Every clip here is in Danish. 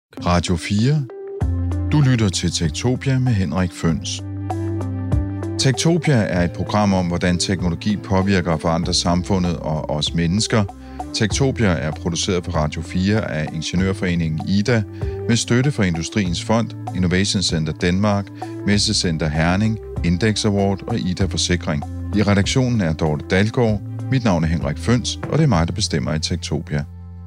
Radio 4. Du lytter til Techtopia med Henrik Føns. Techtopia er et program om, hvordan teknologi påvirker og forandrer samfundet og os mennesker. Techtopia er produceret på Radio 4 af Ingeniørforeningen IDA med støtte fra Industriens Fond, Innovation Center Danmark, Messecenter Herning, Index Award og IDA Forsikring. I redaktionen er Dorte Dalgaard. Mit navn er Henrik Føns, og det er mig, der bestemmer i Techtopia.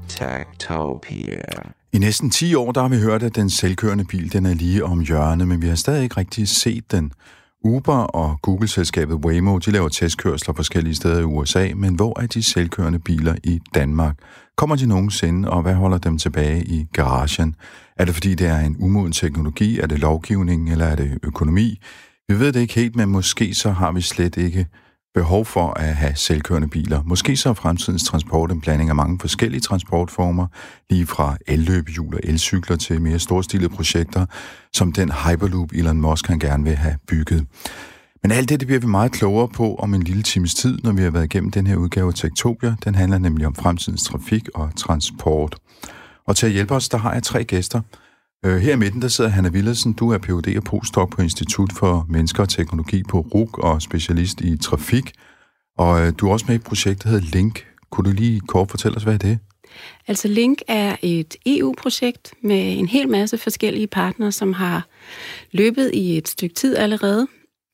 Techtopia. I næsten 10 år, der har vi hørt, at den selvkørende bil, den er lige om hjørnet, men vi har stadig ikke rigtig set den. Uber og Google-selskabet Waymo, de laver testkørsler forskellige steder i USA, men hvor er de selvkørende biler i Danmark? Kommer de nogensinde, og hvad holder dem tilbage i garagen? Er det fordi, det er en umoden teknologi? Er det lovgivning, eller er det økonomi? Vi ved det ikke helt, men måske så har vi slet ikke behov for at have selvkørende biler. Måske så er fremtidens transport en blanding af mange forskellige transportformer, lige fra elløbehjul og elcykler til mere storstilede projekter, som den Hyperloop Elon Musk han gerne vil have bygget. Men alt det bliver vi meget klogere på om en lille times tid, når vi har været igennem den her udgave af Techtopia. Den handler nemlig om fremtidens trafik og transport. Og til at hjælpe os, der har jeg 3 gæster. Her i midten, der sidder Hanna Villadsen. Du er Ph.D. og postdoc på Institut for Mennesker og Teknologi på RUC og specialist i trafik. Og du er også med i et projekt, der hedder Link. Kunne du lige kort fortælle os, hvad er det? Altså Link er et EU-projekt med en hel masse forskellige partnere, som har løbet i et stykke tid allerede.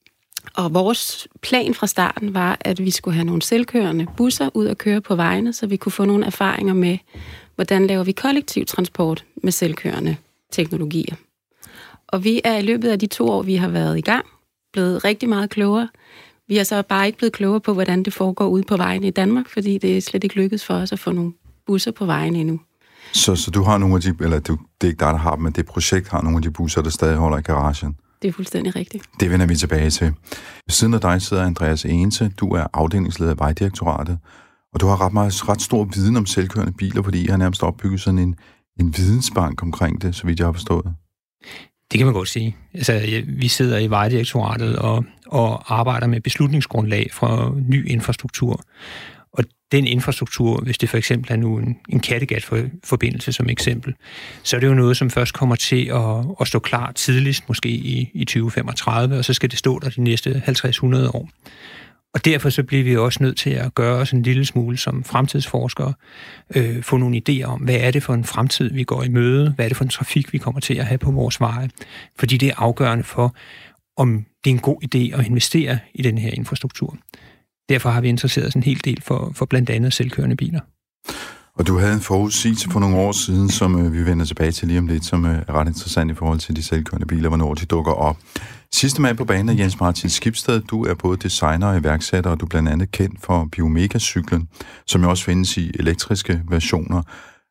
Og vores plan fra starten var, at vi skulle have nogle selvkørende busser ud og køre på vejene, så vi kunne få nogle erfaringer med, hvordan laver vi kollektiv transport med selvkørende teknologier. Og vi er i løbet af de 2 år, vi har været i gang, blevet rigtig meget klogere. Vi er så bare ikke blevet klogere på, hvordan det foregår ude på vejene i Danmark, fordi det er slet ikke lykkedes for os at få nogle busser på vejene endnu. Så du har nogle af de, eller det er ikke dig, der har dem, men det projekt har nogle af de busser, der stadig holder i garagen? Det er fuldstændig rigtigt. Det vender vi tilbage til. Ved siden af dig sidder Andreas Egense. Du er afdelingsleder af Vejdirektoratet, og du har ret stor viden om selvkørende biler, fordi I har nærmest opbygget sådan en vidensbank omkring det, så vidt jeg har forstået. Det kan man godt sige. Altså, vi sidder i Vejdirektoratet og arbejder med beslutningsgrundlag for ny infrastruktur. Og den infrastruktur, hvis det for eksempel er nu en Kattegat-forbindelse som eksempel, så er det jo noget, som først kommer til at stå klar tidligst, måske i 2035, og så skal det stå der de næste 50-100 år. Og derfor så bliver vi også nødt til at gøre os en lille smule som fremtidsforskere, få nogle idéer om, hvad er det for en fremtid, vi går i møde, hvad er det for en trafik, vi kommer til at have på vores veje. Fordi det er afgørende for, om det er en god idé at investere i den her infrastruktur. Derfor har vi interesseret os en hel del for blandt andet selvkørende biler. Og du havde en forudsigelse for nogle år siden, som vi vender tilbage til lige om lidt, som er ret interessant i forhold til de selvkørende biler, hvornår de dukker op. Sidste mand på banen er Jens Martin Skibsted. Du er både designer og iværksætter, og du er blandt andet kendt for Biomega-cyklen, som jo også findes i elektriske versioner.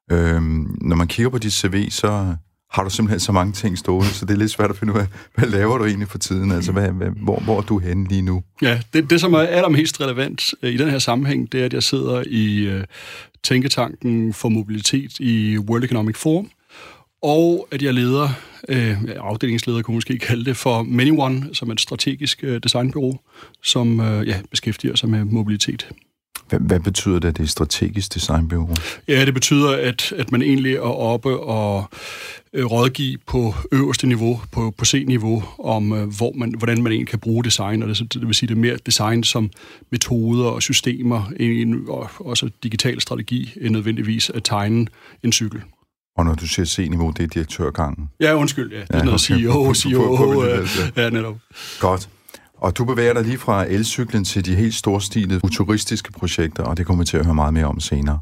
Når man kigger på dit CV, så har du simpelthen så mange ting stående, så det er lidt svært at finde ud af, hvad laver du egentlig for tiden? Altså, hvor er du henne lige nu? Ja, det som er allermest relevant i den her sammenhæng, det er, at jeg sidder i tænketanken for mobilitet i World Economic Forum, og at jeg leder, afdelingsleder kunne måske kalde det, for ManyOne, som er et strategisk designbureau, som beskæftiger sig med mobilitet. Hvad betyder det, at det er et strategisk designbureau? Ja, det betyder, at man egentlig er oppe og rådgive på øverste niveau, på C-niveau, om hvordan man egentlig kan bruge design, og det vil sige, det er mere design som metoder og systemer, og også digital strategi, end nødvendigvis at tegne en cykel. Og når du siger C-niveau, det er direktørgangen? Ja, undskyld, ja. Det er noget CEO, ja, netop. Godt. Og du bevæger dig lige fra elcyklen til de helt storstilede futuristiske projekter, og det kommer vi til at høre meget mere om senere.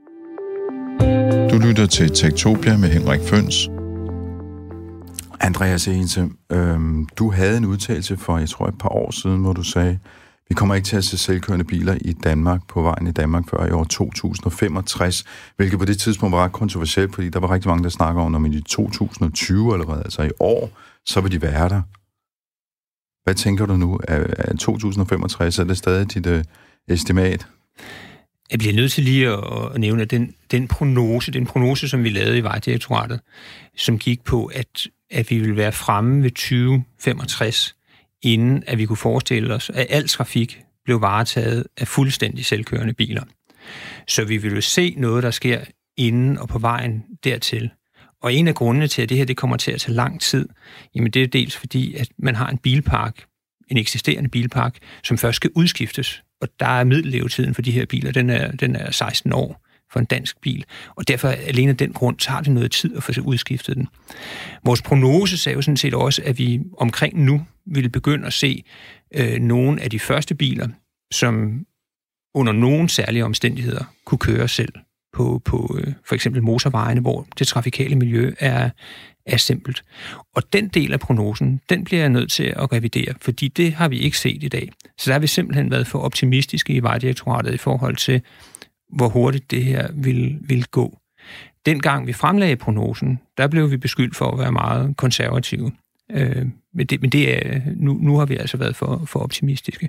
Du lytter til Techtopia med Henrik Føns. Andreas Egense, du havde en udtalelse for, jeg tror, et par år siden, hvor du sagde, vi kommer ikke til at se selvkørende biler i Danmark, på vejen i Danmark, før i år 2065, hvilket på det tidspunkt var ret kontroversielt, fordi der var rigtig mange, der snakker om, at i 2020 allerede, altså i år, så vil de være der. Hvad tænker du nu? Er 2065, er det stadig dit estimat? Jeg bliver nødt til lige at nævne, at den prognose, som vi lavede i Vejdirektoratet, som gik på, at vi ville være fremme ved 2065, inden at vi kunne forestille os, at al trafik blev varetaget af fuldstændig selvkørende biler. Så vi ville se noget, der sker inden og på vejen dertil. Og en af grundene til, at det her det kommer til at tage lang tid, jamen det er dels fordi, at man har en bilpark, en eksisterende bilpark, som først skal udskiftes. Og der er middellevetiden for de her biler, den er 16 år for en dansk bil. Og derfor alene af den grund tager det noget tid at få udskiftet den. Vores prognose sagde jo sådan set også, at vi omkring nu ville begynde at se nogle af de første biler, som under nogle særlige omstændigheder kunne køre selv på for eksempel motorvejene, hvor det trafikale miljø er simpelt. Og den del af prognosen, den bliver jeg nødt til at revidere, fordi det har vi ikke set i dag. Så der har vi simpelthen været for optimistiske i Vejdirektoratet i forhold til, hvor hurtigt det her vil gå. Dengang vi fremlagde prognosen, der blev vi beskyldt for at være meget konservative. Men det er, nu har vi altså været for optimistiske.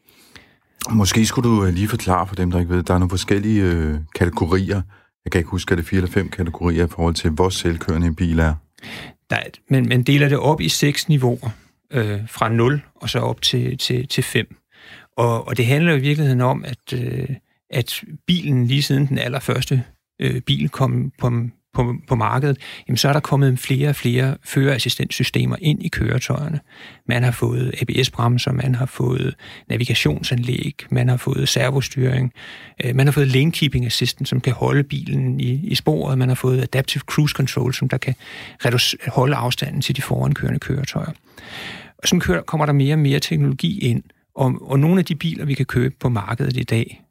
Måske skulle du lige forklare for dem, der ikke ved, der er nogle forskellige kategorier. Jeg kan ikke huske, at det er 4 eller 5 kategorier i forhold til, hvor selvkørende en bil er. Men man deler det op i 6 niveauer, fra 0 og så op til 5. Og det handler i virkeligheden om, at bilen lige siden den allerførste bil kom på markedet, jamen så er der kommet flere og flere førerassistenssystemer ind i køretøjerne. Man har fået ABS-bremser, man har fået navigationsanlæg, man har fået servostyring, man har fået lane keeping assistant, som kan holde bilen i sporet, man har fået adaptive cruise control, som der kan holde afstanden til de forankørende køretøjer. Og sådan kommer der mere og mere teknologi ind, og nogle af de biler, vi kan købe på markedet i dag,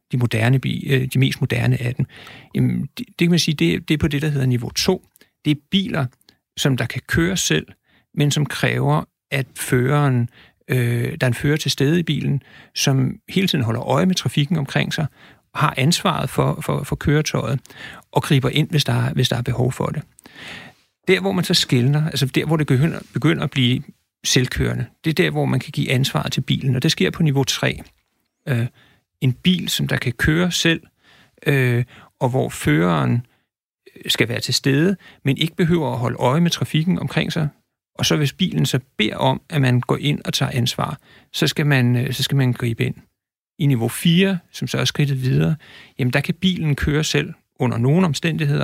de mest moderne af dem, jamen, det kan man sige, det er på det, der hedder niveau 2. Det er biler, som der kan køre selv, men som kræver, at føreren, der er en fører til stede i bilen, som hele tiden holder øje med trafikken omkring sig, har ansvaret for køretøjet, og griber ind, hvis der er behov for det. Der, hvor man så skelner, altså der, hvor det begynder at blive selvkørende, det er der, hvor man kan give ansvaret til bilen, og det sker på niveau 3. En bil, som der kan køre selv, og hvor føreren skal være til stede, men ikke behøver at holde øje med trafikken omkring sig. Og så hvis bilen så beder om, at man går ind og tager ansvar, så skal man gribe ind. I niveau 4, som så er skridtet videre, jamen der kan bilen køre selv under nogle omstændigheder,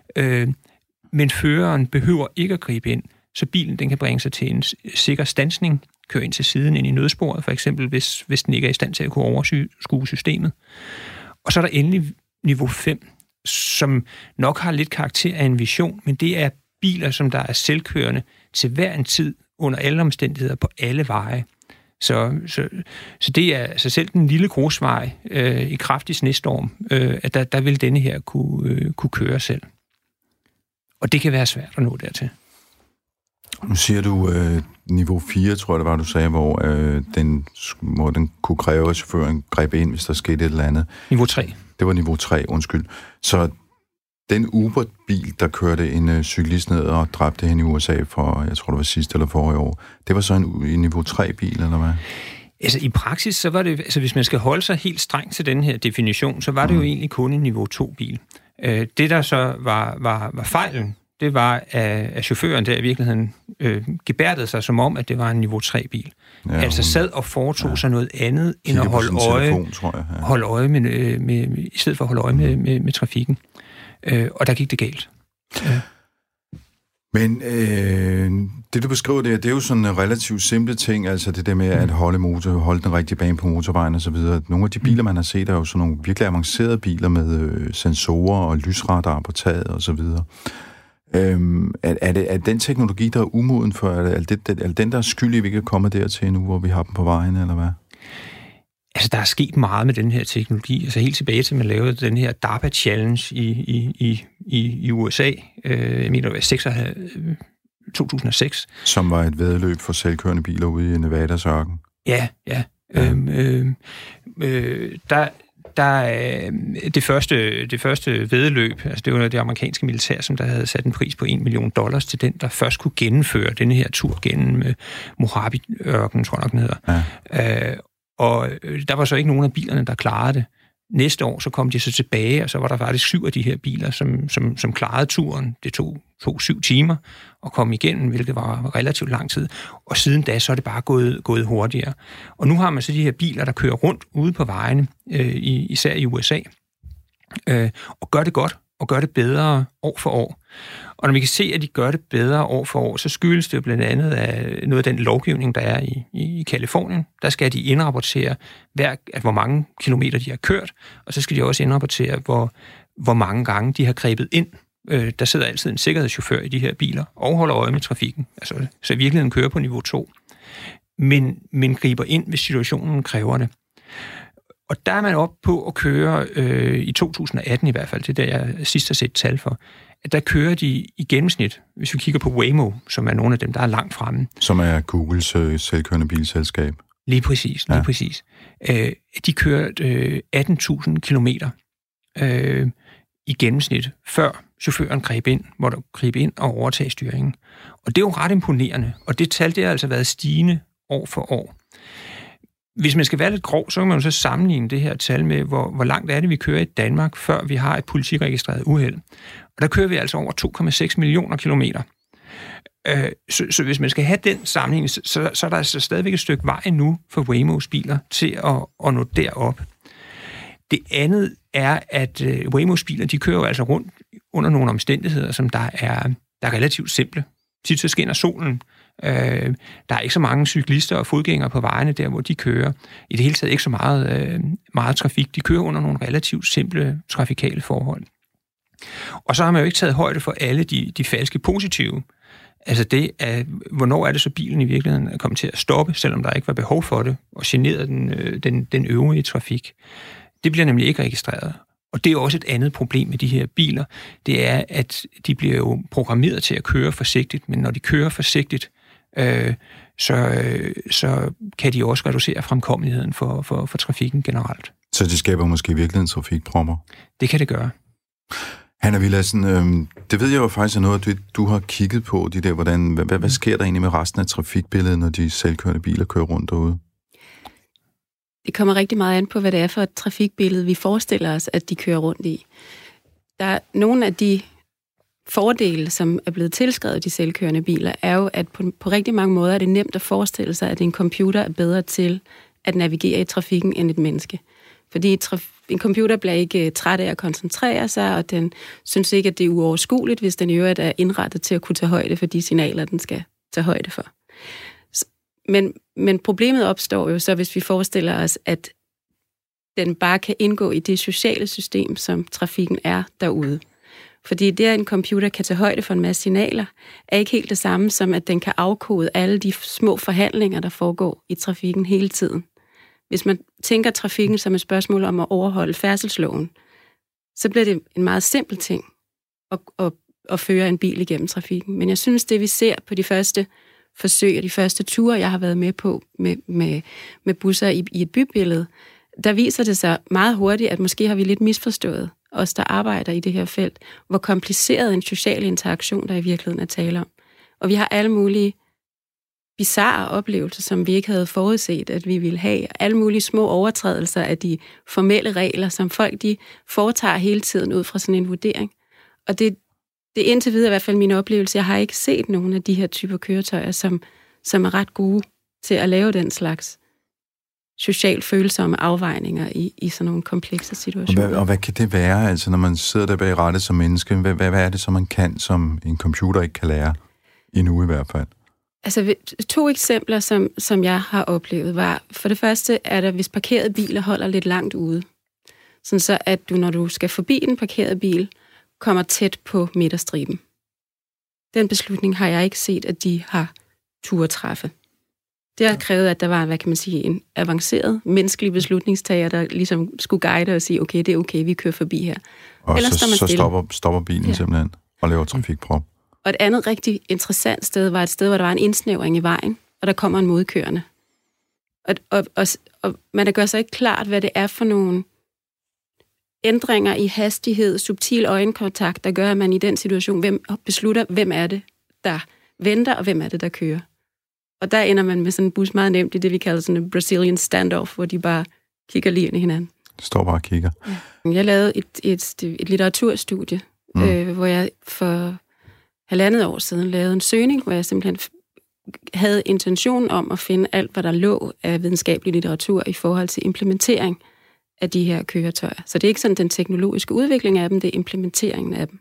men føreren behøver ikke at gribe ind, så bilen den kan bringe sig til en sikker standsning, køre ind til siden ind i nødsporet, for eksempel hvis den ikke er i stand til at kunne overskue systemet. Og så er der endelig niveau 5, som nok har lidt karakter af en vision, men det er biler, som der er selvkørende til hver en tid, under alle omstændigheder, på alle veje. Så det er altså selv den lille grusvej i kraftig snestorm, at der vil denne her kunne køre selv. Og det kan være svært at nå dertil. Nu siger du niveau 4, tror jeg det var, du sagde, hvor den kunne kræve, at chaufføren greb ind, hvis der skete et eller andet. Niveau 3. Det var niveau 3, undskyld. Så den Uber-bil, der kørte en cyklist ned og dræbte hende i USA for, jeg tror det var sidste eller forrige år, det var så en niveau 3-bil, eller hvad? Altså i praksis, så var det, altså hvis man skal holde sig helt strengt til den her definition, så var det jo egentlig kun en niveau 2-bil. Det der så var fejlen, det var, at chaufføren der i virkeligheden gebærdede sig som om, at det var en niveau 3-bil. Ja, altså sad og foretog sig noget andet, end at holde øje med, i stedet for at holde øje med trafikken. Og der gik det galt. Ja. Men det, du beskriver det er jo sådan en relativt simple ting, altså det der med at holde den rigtige bane på motorvejen og så videre. Nogle af de biler, man har set, er jo sådan nogle virkelig avancerede biler med sensorer og lysradar på taget og så videre. Er det den teknologi, der er umoden for? Er det den, der er skyldig, at vi kan komme dertil nu, hvor vi har dem på vejen, eller hvad? Altså, der er sket meget med den her teknologi. Altså, helt tilbage til, at man lavede den her DARPA Challenge i USA. Jeg mener, det var 2006. Som var et væddeløb for selvkørende biler ude i Nevadas ørken. Ja. Det første væddeløb, altså det var det amerikanske militær, som der havde sat en pris på $1 million til den, der først kunne gennemføre denne her tur gennem Mojave-ørkenen, tror jeg nok den hedder. Ja. Og der var så ikke nogen af bilerne, der klarede det. Næste år, så kom de så tilbage, og så var der faktisk 7 af de her biler, som klarede turen. Det tog 7 timer at komme igennem, hvilket var relativt lang tid. Og siden da, så er det bare gået hurtigere. Og nu har man så de her biler, der kører rundt ude på vejene, især i USA, og gør det godt. og gør det bedre år for år. Og når vi kan se, at de gør det bedre år for år, så skyldes det jo blandt andet af noget af den lovgivning, der er i Kalifornien. Der skal de indrapportere, hvor mange kilometer de har kørt, og så skal de også indrapportere, hvor mange gange de har grebet ind. Der sidder altid en sikkerhedschauffør i de her biler og holder øje med trafikken. Altså, så i virkeligheden kører på niveau 2. Men griber ind, hvis situationen kræver det. Og der er man op på at køre, i 2018 i hvert fald, det der jeg sidst har set tal for, at der kører de i gennemsnit, hvis vi kigger på Waymo, som er nogle af dem, der er langt fremme. Som er Googles selvkørende bilselskab. Lige præcis. De kørte 18.000 kilometer i gennemsnit, før chaufføren greb ind og overtage styringen. Og det er jo ret imponerende, og det tal, det har altså været stigende år for år. Hvis man skal være lidt grov, så kan man jo så sammenligne det her tal med, hvor langt er det, vi kører i Danmark, før vi har et politiregistreret uheld. Og der kører vi altså over 2,6 millioner kilometer. Så hvis man skal have den sammenligning, så er der altså stadigvæk et stykke vej nu for Waymos biler til at nå derop. Det andet er, at Waymos biler, de kører jo altså rundt under nogle omstændigheder, som der er relativt simple. Tit så skinner solen. Der er ikke så mange cyklister og fodgængere på vejene der, hvor de kører. I det hele taget ikke så meget trafik. De kører under nogle relativt simple trafikale forhold. Og så har man jo ikke taget højde for alle de falske positive. Altså det, hvornår er det så bilen i virkeligheden er kommet til at stoppe, selvom der ikke var behov for det, og generede den øvrige trafik. Det bliver nemlig ikke registreret. Og det er også et andet problem med de her biler. Det er, at de bliver jo programmeret til at køre forsigtigt, men når de kører forsigtigt, så kan de også reducere fremkommeligheden for trafikken generelt. Så det skaber måske virkelig en trafikpropper? Det kan det gøre. Hanna Villadsen, det ved jeg jo faktisk er noget, du har kigget på, de der, hvad sker der egentlig med resten af trafikbilledet, når de selvkørende biler kører rundt derude? Det kommer rigtig meget an på, hvad det er for et trafikbillede, vi forestiller os, at de kører rundt i. Der er nogle af de fordele, som er blevet tilskrevet de selvkørende biler, er jo, at på rigtig mange måder er det nemt at forestille sig, at en computer er bedre til at navigere i trafikken end et menneske. Fordi en computer bliver ikke træt af at koncentrere sig, og den synes ikke, at det er uoverskueligt, hvis den i øvrigt er indrettet til at kunne tage højde for de signaler, den skal tage højde for. Men problemet opstår jo så, hvis vi forestiller os, at den bare kan indgå i det sociale system, som trafikken er derude. Fordi det, at en computer kan tage højde for en masse signaler, er ikke helt det samme som, at den kan afkode alle de små forhandlinger, der foregår i trafikken hele tiden. Hvis man tænker trafikken som et spørgsmål om at overholde færdselsloven, så bliver det en meget simpel ting at føre en bil igennem trafikken. Men jeg synes, det vi ser på de første forsøg og de første ture, jeg har været med på med busser i et bybillede, der viser det sig meget hurtigt, at måske har vi lidt misforstået os, der arbejder i det her felt, hvor kompliceret en social interaktion, der i virkeligheden er tale om. Og vi har alle mulige bizarre oplevelser, som vi ikke havde forudset, at vi ville have. Alle mulige små overtrædelser af de formelle regler, som folk de foretager hele tiden ud fra sådan en vurdering. Og det er indtil videre i hvert fald min oplevelse. Jeg har ikke set nogen af de her typer køretøjer, som er ret gode til at lave den slags socialt følsomme afvejninger i sådan nogle komplekse situationer. Og hvad kan det være, altså når man sidder der bag rattet som menneske? Hvad er det, som man kan, som en computer ikke kan lære? Endnu i hvert fald. Altså 2 eksempler, som jeg har oplevet, var for det første, at hvis parkerede biler holder lidt langt ude, sådan så at du, når du skal forbi en parkeret bil, kommer tæt på midterstriben. Den beslutning har jeg ikke set, at de har turde træffe. Det har krævet, at der var, en avanceret menneskelig beslutningstager, der ligesom skulle guide og sige, okay, det er okay, vi kører forbi her. Og ellers så stopper bilen simpelthen og laver trafikprop. Og et andet rigtig interessant sted var et sted, hvor der var en indsnævring i vejen, og der kommer en modkørende. Og man gør sig ikke klart, hvad det er for nogle ændringer i hastighed, subtil øjenkontakt, der gør, at man i den situation beslutter, hvem er det, der venter, og hvem er det, der kører. Og der ender man med sådan en bus meget nemt i det, vi kalder sådan en Brazilian standoff, hvor de bare kigger lige ind i hinanden. Står bare og kigger. Ja. Jeg lavede et litteraturstudie, hvor jeg for 1,5 år siden lavede en søgning, hvor jeg simpelthen havde intention om at finde alt, hvad der lå af videnskabelig litteratur i forhold til implementering af de her køretøjer. Så det er ikke sådan den teknologiske udvikling af dem, det er implementeringen af dem.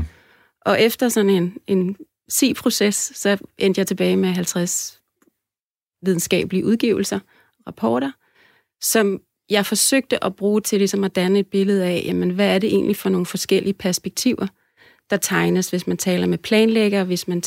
Og efter sådan en SI-proces, så endte jeg tilbage med 50 videnskabelige udgivelser, rapporter, som jeg forsøgte at bruge til ligesom at danne et billede af, jamen, hvad er det egentlig for nogle forskellige perspektiver, der tegnes, hvis man taler med planlæggere, hvis man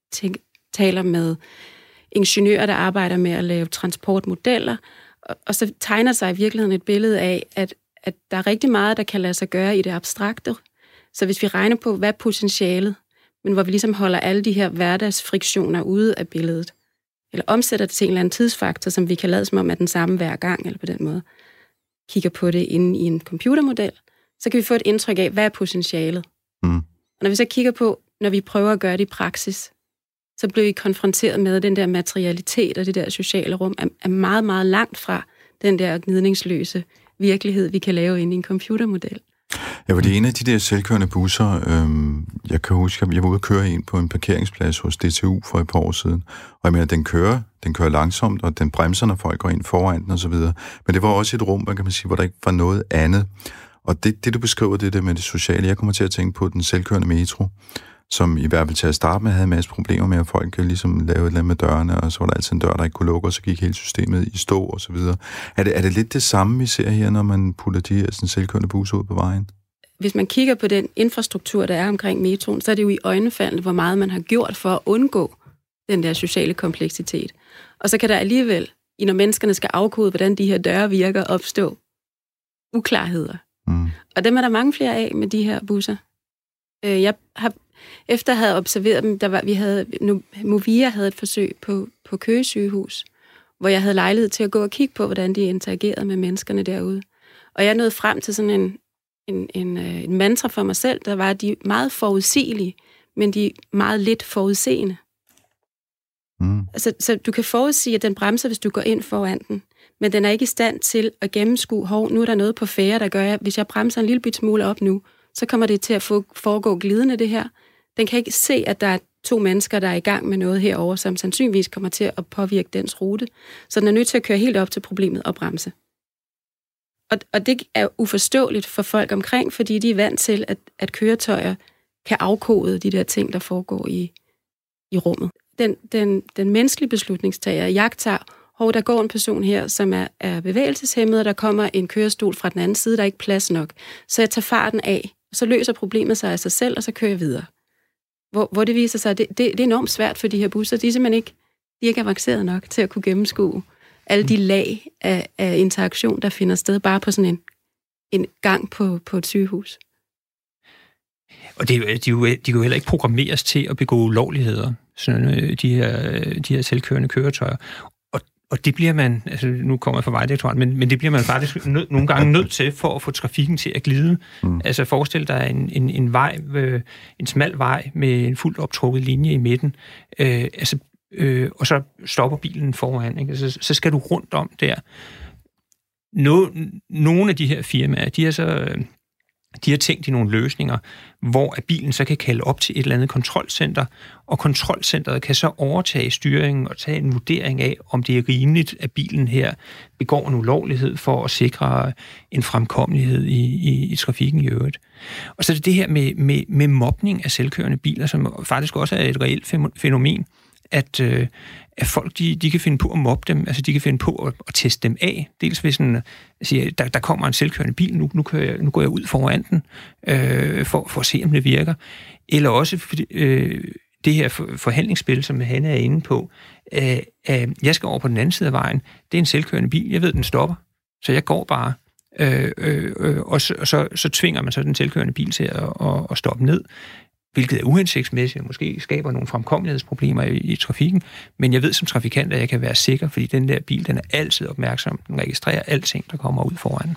taler med ingeniører, der arbejder med at lave transportmodeller, og så tegner sig i virkeligheden et billede af, at der er rigtig meget, der kan lade sig gøre i det abstrakte. Så hvis vi regner på, hvad er potentialet, men hvor vi ligesom holder alle de her hverdagsfriktioner ude af billedet, eller omsætter det til en eller anden tidsfaktor, som vi kan lade som om er den samme hver gang, eller på den måde, kigger på det inde i en computermodel, så kan vi få et indtryk af, hvad er potentialet. Og når vi så kigger på, når vi prøver at gøre det i praksis, så bliver vi konfronteret med, at den der materialitet og det der sociale rum er meget, meget langt fra den der gnidningsløse virkelighed, vi kan lave inde i en computermodel. Ja, fordi en af de der selvkørende busser, jeg kan huske, at jeg var ude at køre ind på en parkeringsplads hos DTU for et par år siden, og jeg mener, den kører langsomt, og den bremser, når folk går ind foran den og så videre. Men det var også et rum, kan man sige, hvor der ikke var noget andet. Og det du beskriver, det med det sociale, jeg kommer til at tænke på den selvkørende metro, som i hvert fald til at starte med havde en masse problemer med, at folk ligesom lavede et eller andet med dørene, og så var der altid en dør, der ikke kunne lukke, og så gik hele systemet i stå og så videre. Er det lidt det samme, vi ser her, når man putter de her sådan, selvkørende busser ud på vejen? Hvis man kigger på den infrastruktur, der er omkring metroen, så er det jo i øjnefaldende, hvor meget man har gjort for at undgå den der sociale kompleksitet. Og så kan der alligevel, når menneskerne skal afkode, hvordan de her døre virker, opstå uklarheder. Og dem er der mange flere af med de her busser. Jeg har efter at have observeret dem, Movia havde et forsøg på Køge sygehus, hvor jeg havde lejlighed til at gå og kigge på, hvordan de interagerede med menneskerne derude. Og jeg nåede frem til sådan en mantra for mig selv, der var, at de meget forudsigelige, men de meget lidt forudseende. Altså, så du kan forudsige, at den bremser, hvis du går ind foran den, men den er ikke i stand til at gennemskue, nu er der noget på færre, der gør, at hvis jeg bremser en lille bit smule op nu, så kommer det til at foregå glidende det her. Den kan ikke se, at der er 2 mennesker, der er i gang med noget herover, som sandsynligvis kommer til at påvirke dens rute. Så den er nødt til at køre helt op til problemet og bremse. Og det er uforståeligt for folk omkring, fordi de er vant til, at køretøjer kan afkode de der ting, der foregår i rummet. Den menneskelige beslutningstager jagter, der går en person her, som er bevægelseshæmmet, og der kommer en kørestol fra den anden side, der er ikke plads nok. Så jeg tager farten af, og så løser problemet sig af sig selv, og så kører jeg videre. Hvor det viser sig, at det er enormt svært for de her busser. De er simpelthen ikke avanceret nok til at kunne gennemskue alle de lag af interaktion, der finder sted bare på sådan en gang på et sygehus. Og de kan jo heller ikke programmeres til at begå ulovligheder, sådan de her selvkørende køretøjer. Og det bliver man, altså nu kommer jeg fra Vejdirektoratet, men det bliver man faktisk nogle gange nødt til for at få trafikken til at glide. Altså forestil dig en vej, en smal vej med en fuldt optrukket linje i midten, og så stopper bilen foran, ikke? Så skal du rundt om der. Nogle af de her firmaer, de har tænkt i nogle løsninger, hvor bilen så kan kalde op til et eller andet kontrolcenter, og kontrolcenteret kan så overtage styringen og tage en vurdering af, om det er rimeligt, at bilen her begår en ulovlighed for at sikre en fremkommelighed i trafikken i øvrigt. Og så er det her med mobning af selvkørende biler, som faktisk også er et reelt fænomen, at folk, de kan finde på at mobbe dem, altså de kan finde på at teste dem af. Dels hvis der kommer en selvkørende bil, nu går jeg ud foran den, for at se, om det virker. Eller også det her forhandlingsspil, som Hanne er inde på, jeg skal over på den anden side af vejen, det er en selvkørende bil, jeg ved, den stopper, så jeg går bare, og så tvinger man så den selvkørende bil til at stoppe ned, hvilket er uhensigtsmæssigt, og måske skaber nogle fremkommelighedsproblemer i trafikken, men jeg ved som trafikant, at jeg kan være sikker, fordi den der bil, den er altid opmærksom, den registrerer alting, der kommer ud foran.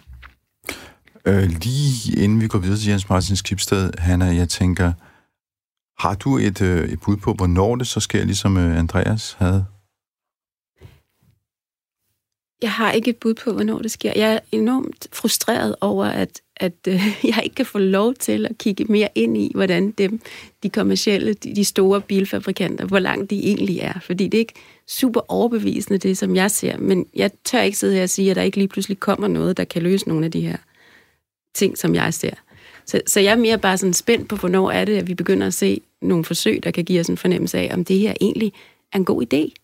Lige inden vi går videre til Jens Martin Skibsted, Hanna, jeg tænker, har du et bud på, hvornår det så sker, ligesom Andreas havde? Jeg har ikke et bud på, hvornår det sker. Jeg er enormt frustreret over, at jeg ikke kan få lov til at kigge mere ind i, hvordan de kommercielle, de store bilfabrikanter, hvor langt de egentlig er. Fordi det er ikke super overbevisende, det som jeg ser. Men jeg tør ikke sidde her og sige, at der ikke lige pludselig kommer noget, der kan løse nogle af de her ting, som jeg ser. Så jeg er mere bare sådan spændt på, hvornår er det, at vi begynder at se nogle forsøg, der kan give os en fornemmelse af, om det her egentlig er en god idé.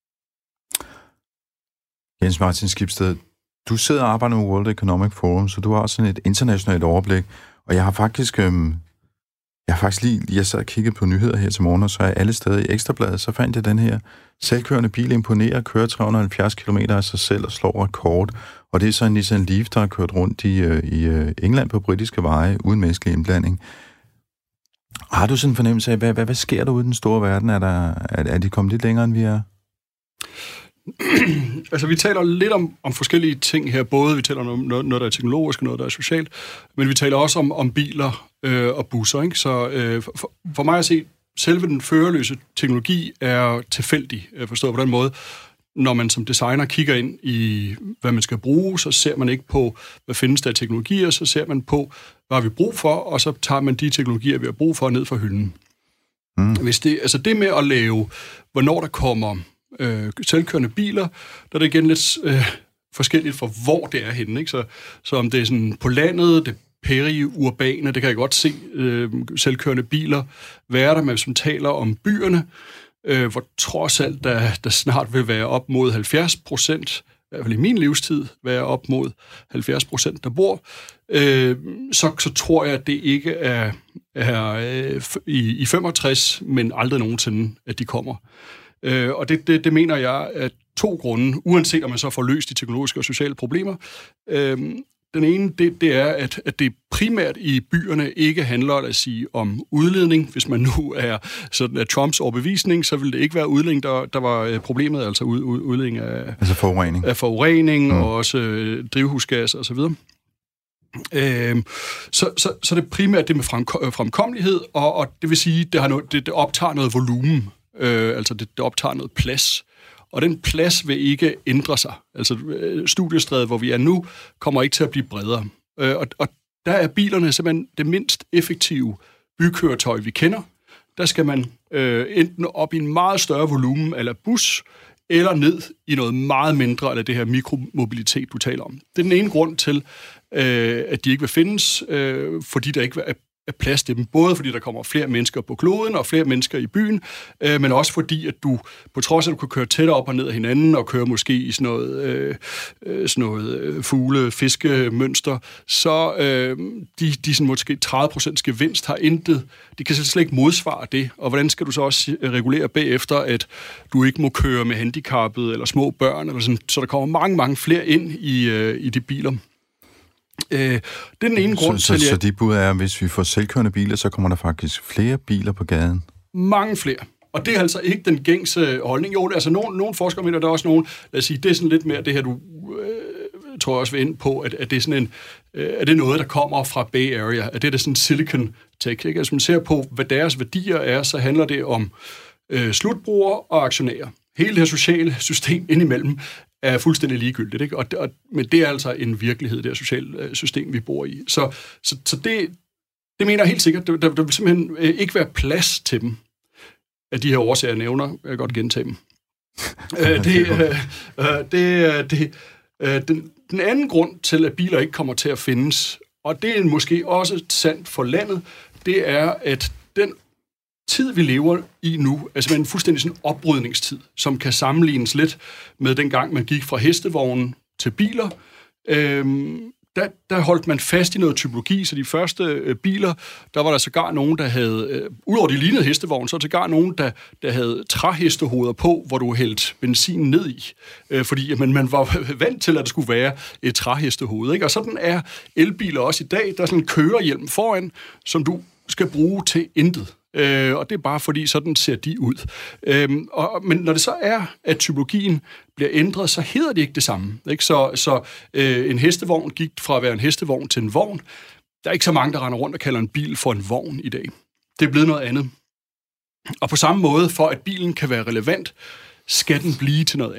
Jens Martin Skibsted, du sidder og arbejder med World Economic Forum, så du har også sådan et internationalt overblik. Og jeg har faktisk lige, jeg sad og kiggede på nyheder her til morgen, og så er alle steder i Ekstrabladet, så fandt jeg den her selvkørende bil imponerer, kører 370 km af sig selv og slår rekord. Og det er så en Nissan Leaf, der har kørt rundt i England på britiske veje, uden menneskelig indblanding. Har du sådan en fornemmelse af, hvad sker der ude i den store verden? Er de kommet lidt længere, end vi er? Altså, vi taler lidt om forskellige ting her. Både vi taler om noget, der er teknologisk, og noget, der er socialt, men vi taler også om biler og busser. Ikke? Så for mig at se, selve den førerløse teknologi er tilfældig, forstået på den måde. Når man som designer kigger ind i, hvad man skal bruge, så ser man ikke på, hvad findes der af teknologier, så ser man på, hvad har vi brug for, og så tager man de teknologier, vi har brug for, ned fra hylden. Hvis det med at lave, hvornår der kommer selvkørende biler, der er det igen lidt forskelligt fra, hvor det er henne. Ikke? Så om det er sådan på landet, det periurbane, det kan jeg godt se selvkørende biler være der, men hvis man taler om byerne, hvor trods alt der snart vil være op mod 70%, i hvert fald i min livstid, være op mod 70%, der bor, så tror jeg, at det ikke er i 65, men aldrig nogensinde, at de kommer. Og det mener jeg af 2 grunde, uanset om man så får løst de teknologiske og sociale problemer. Den ene, det er, at det primært i byerne ikke handler, lad os sige, om udledning. Hvis man nu er sådan af Trumps overbevisning, så vil det ikke være udledning, der var problemet, altså udledning af... Altså forurening. Af forurening og også drivhusgas og så videre. Så det primært det med fremkommelighed, og det vil sige, det optager noget volumen, altså det optager noget plads. Og den plads vil ikke ændre sig. Altså studiestrædet, hvor vi er nu, kommer ikke til at blive bredere. Og der er bilerne simpelthen det mindst effektive bykøretøj, vi kender. Der skal man enten op i en meget større volumen eller bus, eller ned i noget meget mindre, eller det her mikromobilitet, du taler om. Det er den ene grund til, at de ikke vil findes, fordi der ikke er plads til dem. Både fordi der kommer flere mennesker på kloden og flere mennesker i byen, men også fordi, at du på trods af, at du kan køre tættere op og ned af hinanden og køre måske i sådan noget fugle-fiskemønster, så de sådan måske 30% gevinst har intet. De kan slet ikke modsvare det. Og hvordan skal du så også regulere bagefter, at du ikke må køre med handicappede eller små børn, eller sådan, så der kommer mange, mange flere ind i de biler. Det er den ene grund til... Så de bud er, at hvis vi får selvkørende biler, så kommer der faktisk flere biler på gaden? Mange flere. Og det er altså ikke den gængse holdning. Jo, altså nogle forskere mener, der er også nogen, lad os sige, det er sådan lidt mere det her, du tror jeg også vil ind på, at det er sådan er det noget, der kommer fra Bay Area? Er det sådan Silicon Tech? Ikke? Altså man ser på, hvad deres værdier er, så handler det om slutbrugere og aktionærer. Hele det her sociale system indimellem er fuldstændig ligegyldigt, ikke? Men det er altså en virkelighed, det her sociale system, vi bor i. Så det mener jeg helt sikkert, der vil simpelthen ikke være plads til dem, af de her årsager, jeg nævner. Jeg kan godt gentage dem. Den anden grund til, at biler ikke kommer til at findes, og det er måske også sandt for landet, det er, at den tid, vi lever i nu, er simpelthen en fuldstændig sådan oprydningstid, som kan sammenlignes lidt med den gang, man gik fra hestevognen til biler. Der holdt man fast i noget typologi, så de første biler, der var der sågar nogen, der havde, udover de lignede hestevogn, så var der sågar nogen, der havde træhestehoveder på, hvor du hældte benzin ned i. Fordi man var vant til, at der skulle være et træhestehoved. Ikke? Og sådan er elbiler også i dag. Der er sådan en kørehjelm foran, som du skal bruge til intet. Og det er bare fordi, sådan ser de ud. Men når det så er, at typologien bliver ændret, så hedder det ikke det samme. Ikke? Så en hestevogn gik fra at være en hestevogn til en vogn. Der er ikke så mange, der render rundt og kalder en bil for en vogn i dag. Det er blevet noget andet. Og på samme måde, for at bilen kan være relevant, skal den blive til noget andet.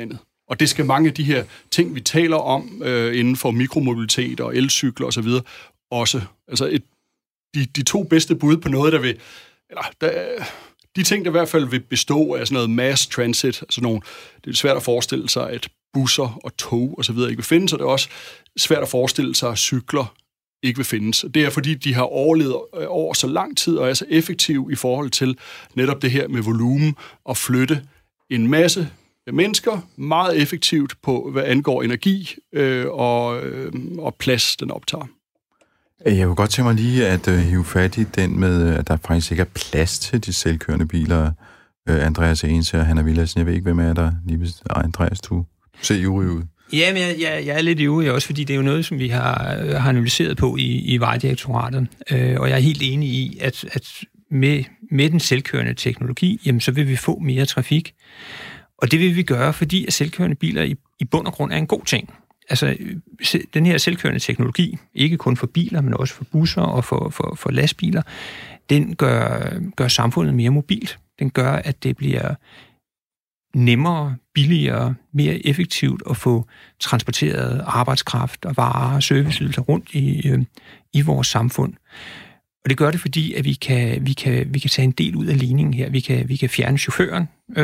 Og det skal mange af de her ting, vi taler om inden for mikromobilitet og elcykler osv., også. Altså de to bedste bud på noget, der vil... de ting, der i hvert fald vil bestå af sådan noget mass transit, altså det er svært at forestille sig, at busser og tog og så videre ikke vil findes, og det er også svært at forestille sig, at cykler ikke vil findes. Det er, fordi de har overlevet over så lang tid og er så effektive i forhold til netop det her med volumen og flytte en masse mennesker meget effektivt på, hvad angår energi og plads, den optager. Jeg kunne godt tænke mig lige at hive fat i den med, at der faktisk ikke er plads til de selvkørende biler. Andreas Egens og Hanna Villassen, jeg ved ikke, hvem er der lige ved Andreas, du ser ivrig ud. Ja, men jeg er lidt ivrig også, fordi det er jo noget, som vi har analyseret på i Vejdirektoratet. Og jeg er helt enig i, at med den selvkørende teknologi, jamen, så vil vi få mere trafik. Og det vil vi gøre, fordi at selvkørende biler i bund og grund er en god ting. Altså, den her selvkørende teknologi, ikke kun for biler, men også for busser og for lastbiler, den gør samfundet mere mobilt. Den gør, at det bliver nemmere, billigere, mere effektivt at få transporteret arbejdskraft og varer og serviceydelser rundt i vores samfund. Og det gør det, fordi at vi kan tage en del ud af ligningen her. Vi kan fjerne chaufføren,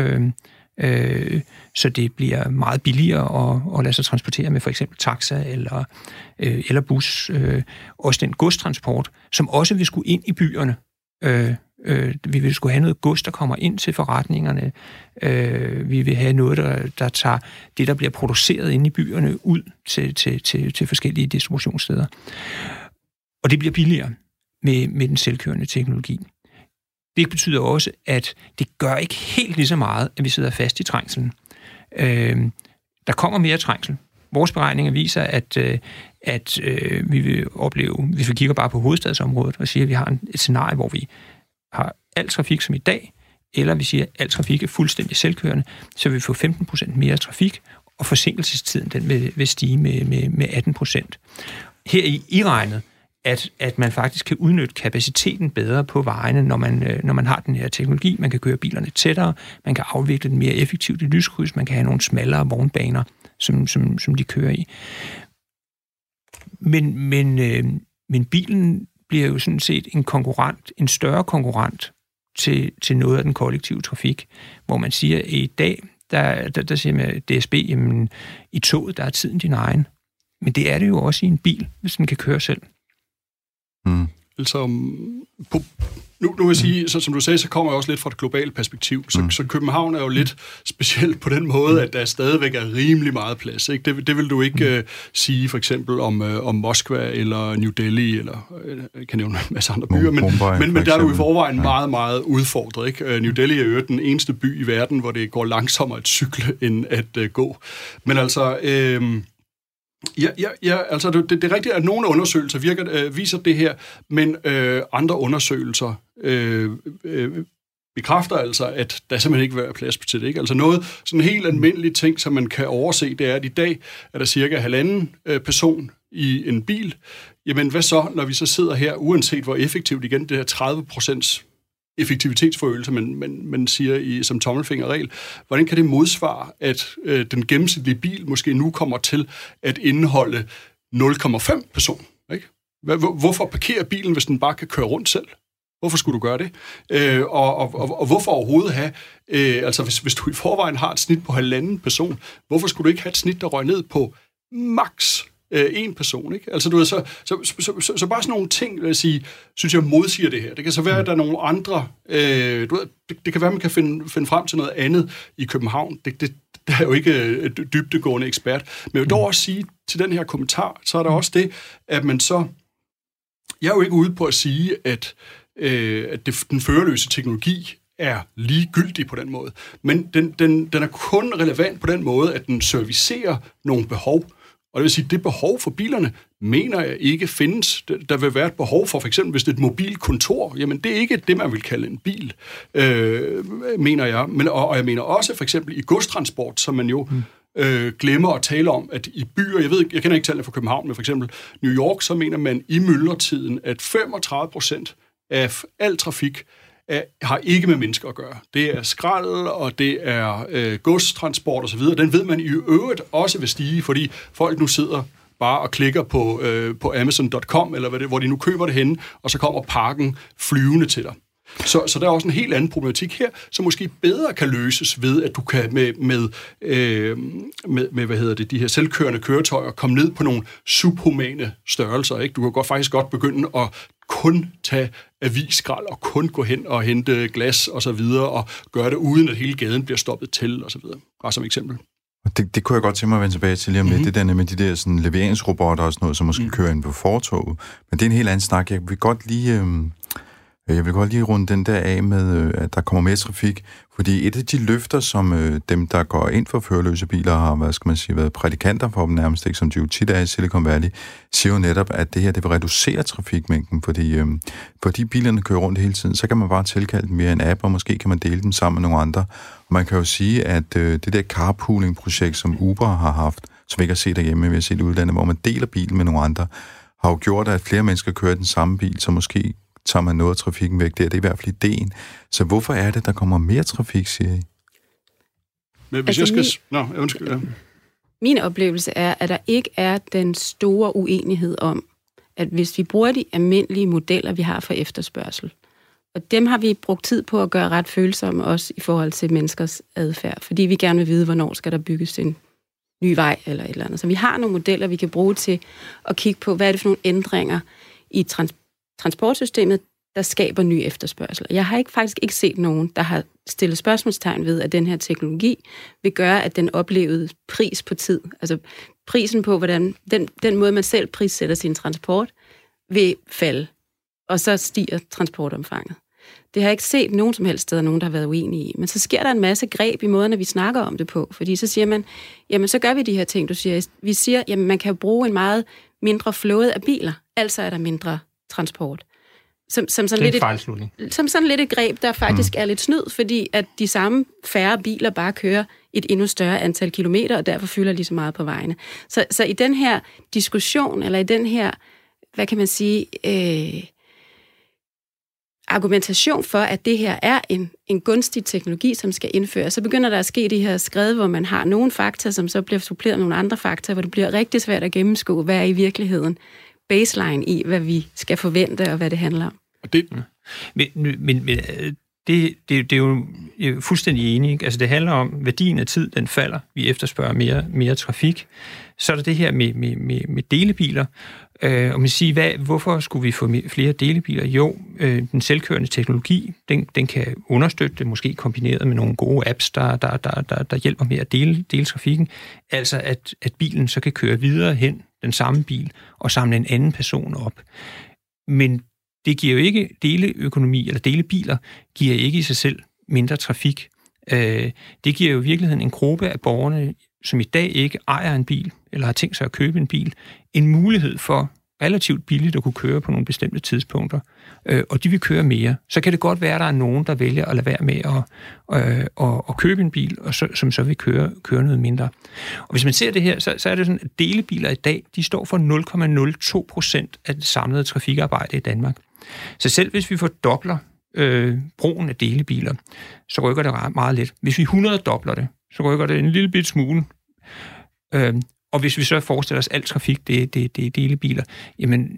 så det bliver meget billigere at lade sig transportere med for eksempel taxa eller bus. Også den godstransport, som også vil skulle ind i byerne. Vi vil skulle have noget gods, der kommer ind til forretningerne. Vi vil have noget, der tager det, der bliver produceret inde i byerne, ud til forskellige distributionssteder. Og det bliver billigere med den selvkørende teknologi. Det betyder også, at det gør ikke helt lige så meget, at vi sidder fast i trængslen. Der kommer mere trængsel. Vores beregninger viser, at vi vil opleve, hvis vi kigger bare på hovedstadsområdet og siger, at vi har et scenarie, hvor vi har al trafik som i dag, eller vi siger, at al trafik er fuldstændig selvkørende, så vil vi få 15% mere trafik, og forsinkelsestiden den vil stige med 18%. Her i regnet, at man faktisk kan udnytte kapaciteten bedre på vejene, når man har den her teknologi. Man kan køre bilerne tættere, man kan afvikle den mere effektivt i lyskryds, man kan have nogle smallere vognbaner, som de kører i. Men bilen bliver jo sådan set en større konkurrent til noget af den kollektive trafik, hvor man siger, at i dag, der siger man DSB, jamen, i toget, der er tiden din egen. Men det er det jo også i en bil, hvis den kan køre selv. Mm. Altså, nu vil jeg sige, så som du sagde, så kommer jeg også lidt fra et globalt perspektiv. Så København er jo lidt specielt på den måde, at der stadigvæk er rimelig meget plads. Ikke? Det vil du ikke sige for eksempel om Moskva eller New Delhi, eller jeg kan nævne en masse andre byer, men der er du i forvejen meget, meget udfordret. Ikke? New Delhi er jo den eneste by i verden, hvor det går langsommere at cykle, end at gå. Men altså... Ja, altså det er rigtigt, at nogle undersøgelser viser det her, men andre undersøgelser bekræfter altså, at der simpelthen ikke vil være plads til det. Ikke? Altså noget sådan helt almindeligt ting, som man kan overse, det er, at i dag er der cirka 1,5 person i en bil. Jamen hvad så, når vi så sidder her, uanset hvor effektivt igen, det her 30% effektivitetsforøgelse, man siger som tommelfingerregel. Hvordan kan det modsvare, at den gennemsnitlige bil måske nu kommer til at indeholde 0,5 person? Ikke? Hvorfor parkere bilen, hvis den bare kan køre rundt selv? Hvorfor skulle du gøre det? Og hvorfor overhovedet have... altså, hvis du i forvejen har et snit på 1,5 person, hvorfor skulle du ikke have et snit, der røg ned på max en person, ikke? Altså, du ved, så bare sådan nogle ting, vil jeg sige, synes jeg modsiger det her. Det kan så være, at der er nogle andre... du ved, det kan være, man kan finde frem til noget andet i København. Det er jo ikke dybdegående ekspert. Men jeg vil dog også sige til den her kommentar, så er der også det, at man så... Jeg er jo ikke ude på at sige, at den førerløse teknologi er ligegyldig på den måde. Men den er kun relevant på den måde, at den servicerer nogle behov. Og det vil sige, at det behov for bilerne, mener jeg ikke findes. Der vil være et behov for eksempel, hvis det er et mobilkontor, jamen det er ikke det, man vil kalde en bil, mener jeg. Og jeg mener også for eksempel i godstransport, som man jo glemmer at tale om, at i byer, jeg kender ikke tallene fra København, men for eksempel New York, så mener man i myldretiden, at 35% af al trafik har ikke med mennesker at gøre. Det er skrald, og det er godstransport osv. Den ved man i øvrigt også vil stige, fordi folk nu sidder bare og klikker på Amazon.com, eller hvor de nu køber det henne, og så kommer pakken flyvende til dig. Så der er også en helt anden problematik her, som måske bedre kan løses ved, at du kan med de her selvkørende køretøjer komme ned på nogle subhumane størrelser. Ikke? Du kan faktisk godt begynde at kun tage avisskrald og kun gå hen og hente glas og så videre og gøre det uden at hele gaden bliver stoppet til og så videre. Bare som eksempel. Det kunne jeg godt tænke mig at vende tilbage til lige om lidt. Det der med de der sådan, leveringsrobotter og sådan noget, som måske kører ind på fortoget. Men det er en helt anden snak. Jeg vil godt lige runde den der af med, at der kommer mere trafik, fordi et af de løfter, som dem, der går ind for førerløse biler, har, været prædikanter for dem nærmest, ikke, som de jo tit er i Silicon Valley, siger jo netop, at det her, det vil reducere trafikmængden, fordi bilerne kører rundt hele tiden, så kan man bare tilkalde dem via en app, og måske kan man dele dem sammen med nogle andre. Og man kan jo sige, at det der carpooling-projekt, som Uber har haft, som vi ikke har set derhjemme, vi har set i udlandet, hvor man deler bilen med nogle andre, har jo gjort, at flere mennesker kører den samme bil, så måske tager man noget af trafikken væk der. Det er i hvert fald ideen. Så hvorfor er det, der kommer mere trafik, siger I? Men hvis jeg skal... Min oplevelse er, at der ikke er den store uenighed om, at hvis vi bruger de almindelige modeller, vi har for efterspørgsel, og dem har vi brugt tid på at gøre ret følsomme også i forhold til menneskers adfærd, fordi vi gerne vil vide, hvornår skal der bygges en ny vej eller et eller andet. Så vi har nogle modeller, vi kan bruge til at kigge på, hvad er det for nogle ændringer i transportsystemet, der skaber ny efterspørgsel. Jeg har faktisk ikke set nogen, der har stillet spørgsmålstegn ved, at den her teknologi vil gøre, at den oplevede pris på tid, altså prisen på, hvordan den måde, man selv prissætter sin transport, vil falde, og så stiger transportomfanget. Det har jeg ikke set nogen som helst steder, nogen, der har været uenige i. Men så sker der en masse greb i måderne, vi snakker om det på. Fordi så siger man, jamen så gør vi de her ting, du siger. Vi siger, jamen man kan jo bruge en meget mindre flåde af biler, altså er der mindre transport. Som sådan lidt et greb, der faktisk er lidt snyd, fordi at de samme færre biler bare kører et endnu større antal kilometer, og derfor fylder lige så meget på vejene. Så i den her diskussion, eller i den her, hvad kan man sige, argumentation for, at det her er en gunstig teknologi, som skal indføres, så begynder der at ske de her skred, hvor man har nogle fakta, som så bliver suppleret af nogle andre fakta, hvor det bliver rigtig svært at gennemskue, hvad er i virkeligheden baseline i, hvad vi skal forvente, og hvad det handler om. Men det er jo fuldstændig enig. Altså det handler om, værdien af tid, den falder. Vi efterspørger mere trafik. Så er der det her med delebiler. Og man siger, hvorfor skulle vi få flere delebiler? Jo, den selvkørende teknologi, den kan understøtte det, måske kombineret med nogle gode apps, der hjælper med at dele trafikken. Altså at bilen så kan køre videre hen, den samme bil, og samle en anden person op. Men det giver jo ikke deleøkonomi, eller delebiler, giver ikke i sig selv mindre trafik. Det giver jo i virkeligheden en gruppe af borgerne, som i dag ikke ejer en bil, eller har tænkt sig at købe en bil, en mulighed for relativt billigt at kunne køre på nogle bestemte tidspunkter, og de vil køre mere. Så kan det godt være, at der er nogen, der vælger at lade være med at købe en bil, og som så vil køre noget mindre. Og hvis man ser det her, så er det sådan, at delebiler i dag, de står for 0,02% af det samlede trafikarbejde i Danmark. Så selv hvis vi fordobler brugen af delebiler, så rykker det meget let. Hvis vi 100-dobler det, så rykker det en lille bit smule. Og hvis vi så forestiller os alt trafik, det er delebiler, jamen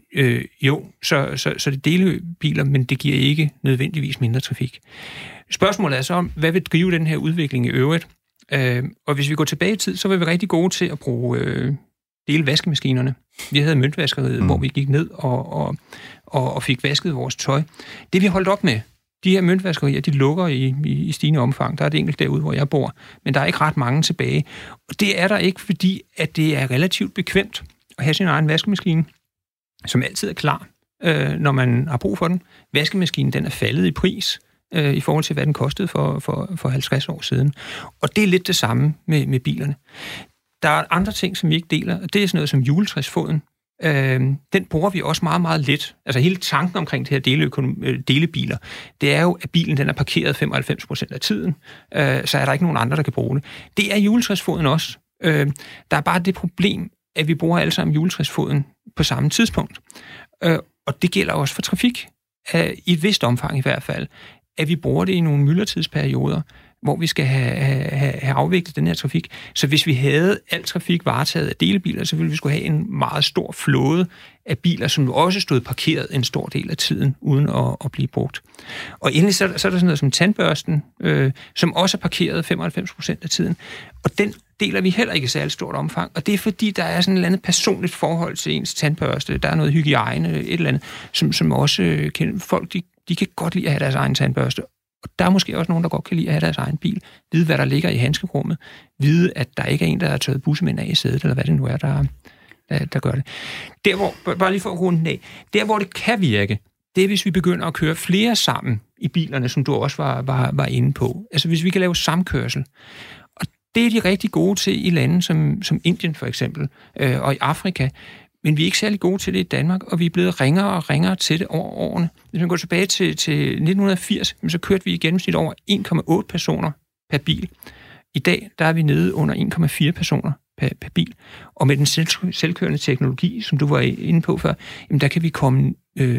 så er det delebiler, men det giver ikke nødvendigvis mindre trafik. Spørgsmålet er så om, hvad vil drive den her udvikling i øvrigt? Og hvis vi går tilbage i tid, så var vi rigtig gode til at bruge dele vaskemaskinerne. Vi havde møntvaskeriet, hvor vi gik ned og fik vasket vores tøj. Det vi holdt op med, de her møntvaskerier, de lukker i stigende omfang. Der er det enkelt derude, hvor jeg bor, men der er ikke ret mange tilbage. Og det er der ikke, fordi at det er relativt bekvemt at have sin egen vaskemaskine, som altid er klar, når man har brug for den. Vaskemaskinen, den er faldet i pris i forhold til, hvad den kostede for 50 år siden. Og det er lidt det samme med bilerne. Der er andre ting, som vi ikke deler, og det er sådan noget som juletræsfoden. Den bruger vi også meget, meget let. Altså hele tanken omkring det her delebiler, det er jo, at bilen den er parkeret 95% af tiden, så er der ikke nogen andre, der kan bruge det. Det er juletræsfoden også. Der er bare det problem, at vi bruger alle sammen juletræsfoden på samme tidspunkt. Og det gælder også for trafik, i et vist omfang i hvert fald. at vi bruger det i nogle myldretidsperioder, hvor vi skal have afviklet den her trafik. Så hvis vi havde al trafik varetaget af delebiler, så ville vi skulle have en meget stor flåde af biler, som også stod parkeret en stor del af tiden, uden at blive brugt. Og endelig så er der sådan noget som tandbørsten, som også er parkeret 95% af tiden. Og den deler vi heller ikke i særlig stort omfang. Og det er fordi, der er sådan et eller andet personligt forhold til ens tandbørste. Der er noget hygiejne, et eller andet, som også folk, de kan godt lide at have deres egen tandbørste. Og der er måske også nogen, der godt kan lide at have deres egen bil. Vide, hvad der ligger i handskerummet. Vide, at der ikke er en, der har taget bussemænd af i sædet, eller hvad det nu er, der gør det. Der, hvor, bare lige for at runde den af, der, hvor det kan virke, det er, hvis vi begynder at køre flere sammen i bilerne, som du også var inde på. Altså, hvis vi kan lave samkørsel. Og det er de rigtig gode til i lande som Indien, for eksempel, og i Afrika. Men vi er ikke særlig gode til det i Danmark, og vi er blevet ringere og ringere til det over årene. Hvis man går tilbage til 1980, så kørte vi i gennemsnit over 1,8 personer per bil. I dag der er vi nede under 1,4 personer per bil. Og med den selvkørende teknologi, som du var inde på før, jamen der kan vi komme...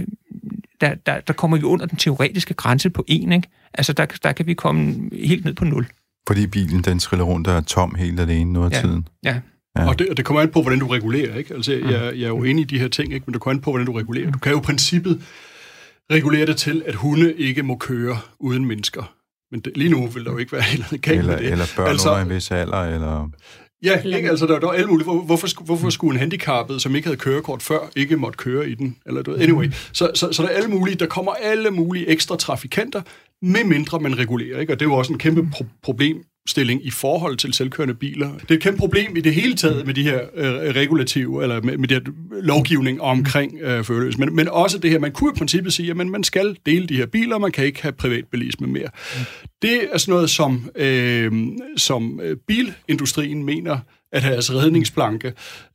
Der kommer vi under den teoretiske grænse på 1, ikke? Altså der kan vi komme helt ned på 0. Fordi bilen, den triller rundt og er tom helt alene noget af tiden. Ja. Ja. Og det kommer an på, hvordan du regulerer, ikke? Altså, jeg er jo inde i de her ting, ikke? Men det kommer an på, hvordan du regulerer. Du kan jo i princippet regulere det til, at hunde ikke må køre uden mennesker. Men lige nu vil der jo ikke være helt galt med det. Eller børn under en vis alder, eller... Ja, ikke? Altså, der er alle mulige... Hvorfor skulle en handicappet, som ikke havde kørekort før, ikke måtte køre i den? Eller, anyway, så der er alle mulige... Der kommer alle mulige ekstra trafikanter, med mindre man regulerer, ikke? Og det er jo også en kæmpe problemstilling i forhold til selvkørende biler. Det er et kæmpe problem i det hele taget med de her regulative, eller med de her lovgivning omkring førerløs. Men også det her, man kunne i princippet sige, at man skal dele de her biler, man kan ikke have privatbilisme mere. Det er sådan noget, som bilindustrien mener, at have deres redningsplanke.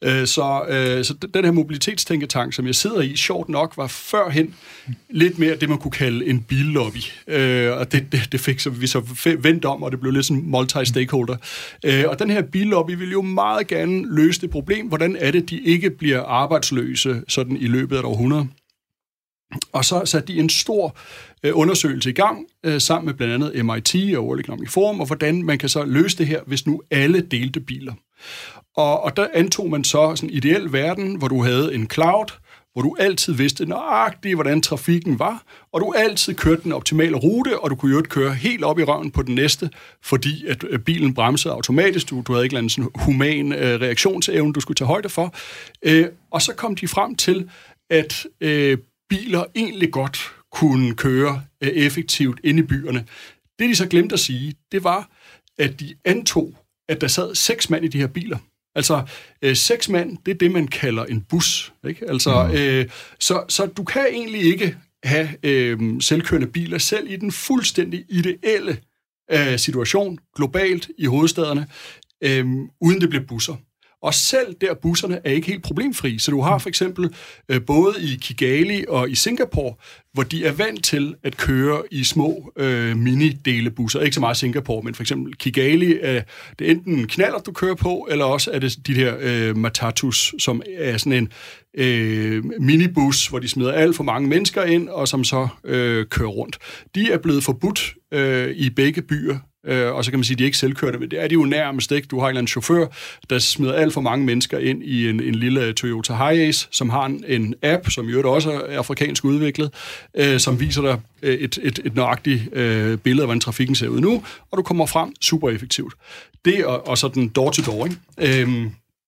Så den her mobilitetstænketank, som jeg sidder i, sjovt nok, var førhen lidt mere det, man kunne kalde en billobby. Og det fik vi så vendt om, og det blev lidt sådan multi-stakeholder. Og den her billobby vil jo meget gerne løse det problem. Hvordan er det, de ikke bliver arbejdsløse sådan i løbet af et århundrede? Og så satte de en stor undersøgelse i gang, sammen med blandt andet MIT og World Economic Forum, og hvordan man kan så løse det her, hvis nu alle delte biler. Og der antog man så sådan en ideel verden, hvor du havde en cloud, hvor du altid vidste nøjagtigt, hvordan trafikken var, og du altid kørte den optimale rute, og du kunne jo ikke køre helt op i røven på den næste, fordi at bilen bremsede automatisk. Du havde ikke en sådan human reaktionsevne, du skulle tage højde for. Og så kom de frem til, at biler egentlig godt kunne køre effektivt inde i byerne. Det, de så glemte at sige, det var, at de antog, at der sad 6 mand i de her biler. Altså, 6 mand, det er det, man kalder en bus. Ikke? Altså, så du kan egentlig ikke have selvkørende biler, selv i den fuldstændig ideelle situation, globalt i hovedstaderne, uden det bliver busser. Og selv der busserne er ikke helt problemfri. Så du har for eksempel både i Kigali og i Singapore, hvor de er vant til at køre i små mini-delebusser. Ikke så meget Singapore, men for eksempel Kigali er det enten en knallert, du kører på, eller også er det de her matatus, som er sådan en minibus, hvor de smider alt for mange mennesker ind, og som så kører rundt. De er blevet forbudt i begge byer. Og så kan man sige, at de er ikke selvkørende, men det er de jo nærmest ikke. Du har en eller anden chauffør, der smider alt for mange mennesker ind i en lille Toyota Hiace, som har en app, som jo også er afrikansk udviklet, som viser dig et nøjagtigt billede af, hvordan trafikken ser ud nu, og du kommer frem super effektivt. Det og så den door-to-door, ikke?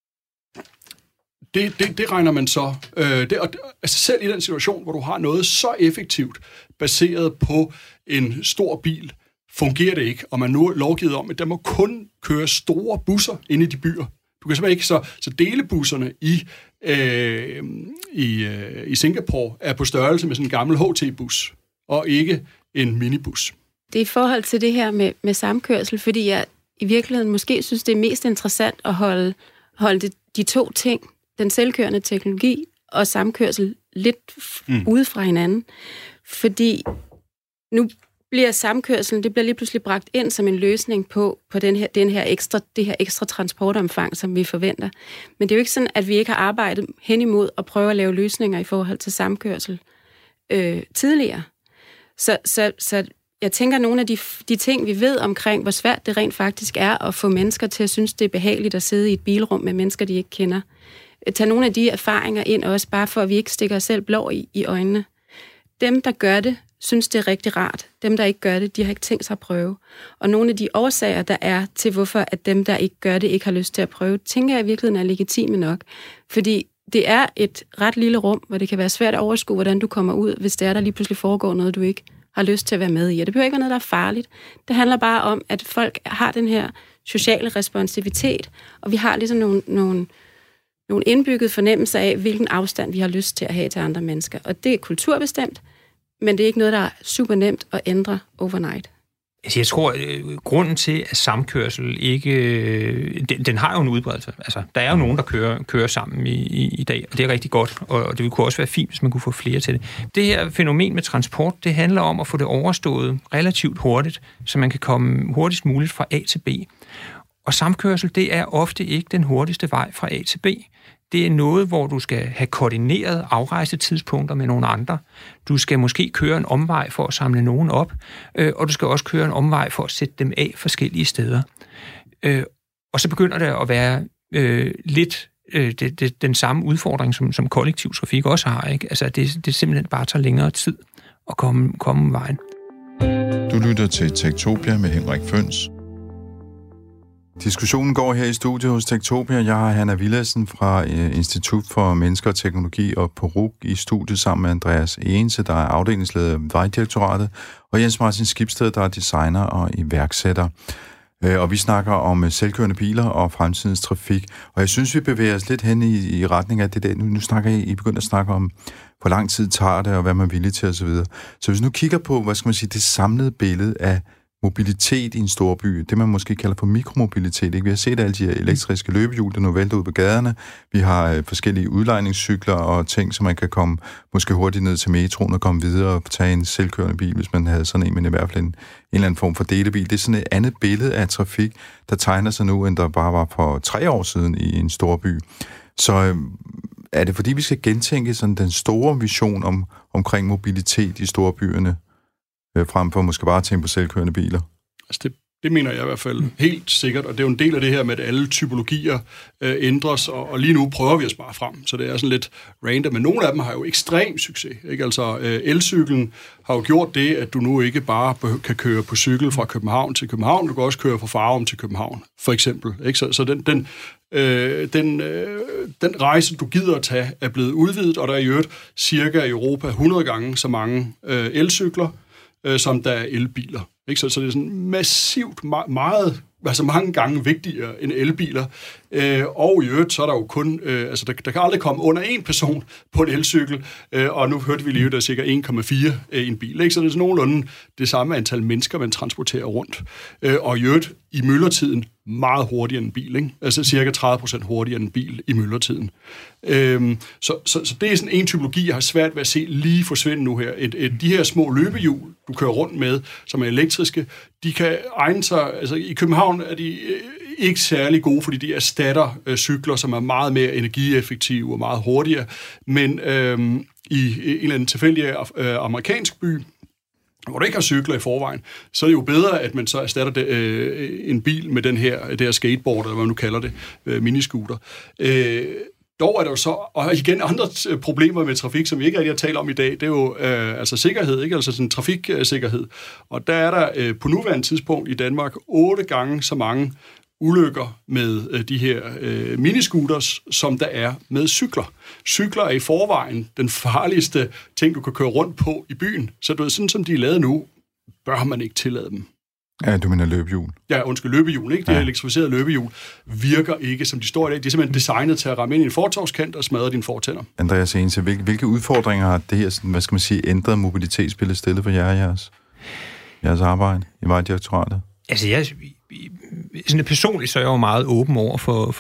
Det regner man så... altså selv i den situation, hvor du har noget så effektivt, baseret på en stor bil, fungerer det ikke, og man nu er lovgivet om, at der må kun køre store busser inde i de byer. Du kan simpelthen ikke... Så delebusserne i Singapore er på størrelse med sådan en gammel HT-bus, og ikke en minibus. Det er i forhold til det her med samkørsel, fordi jeg i virkeligheden måske synes, det er mest interessant at holde de to ting, den selvkørende teknologi og samkørsel, lidt ude fra hinanden. Fordi nu bliver samkørselen, det bliver lige pludselig bragt ind som en løsning på det her ekstra transportomfang, som vi forventer. Men det er jo ikke sådan, at vi ikke har arbejdet hen imod at prøve at lave løsninger i forhold til samkørsel tidligere. Så Jeg tænker, nogle af de ting, vi ved omkring, hvor svært det rent faktisk er at få mennesker til at synes, det er behageligt at sidde i et bilrum med mennesker, de ikke kender. Tag nogle af de erfaringer ind også, bare for at vi ikke stikker os selv blå i øjnene. Dem, der gør det, synes, det er rigtig rart. Dem, der ikke gør det, de har ikke tænkt sig at prøve. Og nogle af de årsager, der er til, hvorfor at dem, der ikke gør det, ikke har lyst til at prøve, tænker jeg i virkeligheden er legitime nok. Fordi det er et ret lille rum, hvor det kan være svært at overskue, hvordan du kommer ud, hvis det er, der lige pludselig foregår noget, du ikke har lyst til at være med i. Og det behøver ikke være noget, der er farligt. Det handler bare om, at folk har den her sociale responsivitet, og vi har ligesom nogle indbygget fornemmelser af, hvilken afstand vi har lyst til at have til andre mennesker. Og det er kulturbestemt, men det er ikke noget, der er super nemt at ændre overnight. Altså, jeg tror, grunden til, at samkørsel ikke... Den har jo en udbredelse. Altså, der er jo nogen, der kører sammen i dag, og det er rigtig godt, og det kunne også være fint, hvis man kunne få flere til det. Det her fænomen med transport, det handler om at få det overstået relativt hurtigt, så man kan komme hurtigst muligt fra A til B. Og samkørsel, det er ofte ikke den hurtigste vej fra A til B. Det er noget, hvor du skal have koordineret afrejsetidspunkter med nogle andre. Du skal måske køre en omvej for at samle nogen op, og du skal også køre en omvej for at sætte dem af forskellige steder. Og så begynder det at være lidt den samme udfordring, som kollektiv trafik også har. Ikke? Altså, det simpelthen bare tager længere tid at komme vejen. Du lytter til Techtopia med Henrik Føns. Diskussionen går her i studiet hos Techtopia. Jeg har Hanna Villadsen fra Institut for Mennesker og Teknologi og PORUC i studiet sammen med Andreas Egense, der er afdelingsleder i Vejdirektoratet, og Jens Martin Skibsted, der er designer og iværksætter. Og vi snakker om selvkørende biler og fremtidens trafik. Og jeg synes, vi bevæger os lidt hen i retning af det der. Nu snakker I begyndt at snakke om, hvor lang tid tager det, og hvad man er villig til osv. Så hvis nu kigger på, hvad skal man sige, det samlede billede af mobilitet i en storby, det man måske kalder for mikromobilitet. Ikke? Vi har set alle de her elektriske løbehjul, der nu vælter ud på gaderne. Vi har forskellige udlejningscykler og ting, så man kan komme måske hurtigt ned til metroen og komme videre og tage en selvkørende bil, hvis man havde sådan en, men i hvert fald en eller anden form for delebil. Det er sådan et andet billede af trafik, der tegner sig nu, end der bare var for 3 år siden i en storby. Så er det fordi, vi skal gentænke sådan den store vision omkring mobilitet i storbyerne, frem for måske bare tænke på selvkørende biler? Altså det mener jeg i hvert fald helt sikkert, og det er jo en del af det her med, at alle typologier ændres, og lige nu prøver vi at spare frem, så det er sådan lidt random, men nogle af dem har jo ekstrem succes. Ikke? Altså elcyklen har jo gjort det, at du nu ikke bare kan køre på cykel fra København til København, du kan også køre fra Farum til København, for eksempel. Ikke? Så den rejse, du gider at tage, er blevet udvidet, og der er i øvrigt cirka i Europa 100 gange så mange elcykler, som der er elbiler. Ikke? Så det er sådan massivt meget, altså mange gange vigtigere end elbiler. Og i øvrigt, så er der jo kun, altså der kan aldrig komme under 1 person på en elcykel, og nu hørte vi lige, at der er cirka 1,4 i en bil. Ikke? Så det er sådan nogenlunde det samme antal mennesker, man transporterer rundt. Og i øvrigt, i myldretiden, meget hurtigere end en bil. Ikke? Altså cirka 30% hurtigere end en bil i myldretiden. Så det er sådan en typologi, jeg har svært ved at se lige forsvinde nu her. De her små løbehjul, du kører rundt med, som er elektriske, de kan egne sig, altså i København er de ikke særlig gode, fordi de erstatter cykler, som er meget mere energieffektive og meget hurtigere. Men i en eller anden tilfældig amerikansk by, hvor du ikke har cykler i forvejen, så er det jo bedre, at man så erstatter en bil med det her skateboard, eller hvad man nu kalder det, miniscooter. Dog er der jo så, og igen andre problemer med trafik, som vi ikke rigtig har talt om i dag, det er jo altså sikkerhed, ikke? Altså sådan trafiksikkerhed. Og der er der på nuværende tidspunkt i Danmark 8 gange så mange ulykker med de her miniscooters, som der er med cykler. Cykler er i forvejen den farligste ting, du kan køre rundt på i byen. Så du ved, sådan som de er lavet nu, bør man ikke tillade dem. Ja, du mener løbehjul. Ja, løbehjul, ikke? De her elektrificerede løbehjul virker ikke, som de står i dag. De er simpelthen designet til at ramme ind i en fortovskant og smadre dine fortænder. Andreas Egense, hvilke udfordringer har det her, sådan, hvad skal man sige, ændret mobilitetsbillede stillet for jer i jeres arbejde i Vejdirektoratet? Altså, sådan personligt så er jeg jo meget åben over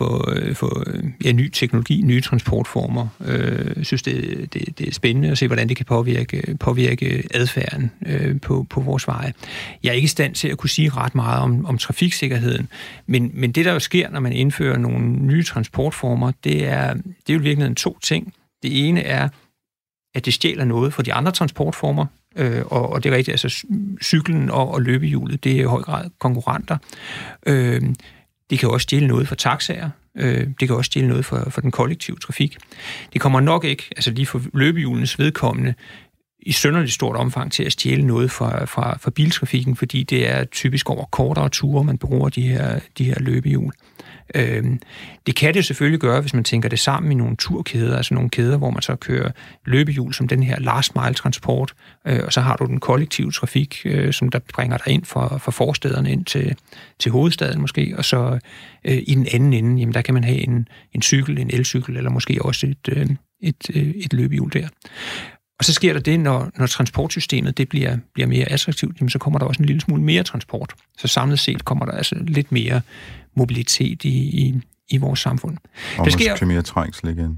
for ny teknologi, nye transportformer. Jeg synes, det er spændende at se, hvordan det kan påvirke adfærden på vores veje. Jeg er ikke i stand til at kunne sige ret meget om trafiksikkerheden, men det, der jo sker, når man indfører nogle nye transportformer, det er jo virkelig 2 ting. Det ene er, at det stjæler noget fra de andre transportformer. Og det er rigtigt, altså cyklen og løbehjulet, det er i høj grad konkurrenter. Det kan også stjæle noget for taxaer. Det kan også stjæle noget for den kollektive trafik. Det kommer nok ikke, altså lige for løbehjulenes vedkommende, i synderligt stort omfang til at stjæle noget fra biltrafikken, fordi det er typisk over kortere ture, man bruger de her løbehjul. Det kan det selvfølgelig gøre, hvis man tænker det sammen i nogle turkæder, altså nogle kæder, hvor man så kører løbehjul som den her last mile transport, og så har du den kollektive trafik, som der bringer dig ind fra forstederne ind til hovedstaden måske, og så i den anden ende, jamen der kan man have en cykel, en elcykel, eller måske også et løbehjul der. Og så sker der det, når transportsystemet det bliver mere attraktivt, jamen så kommer der også en lille smule mere transport. Så samlet set kommer der altså lidt mere mobilitet i vores samfund. Og måske mere trængsel igen.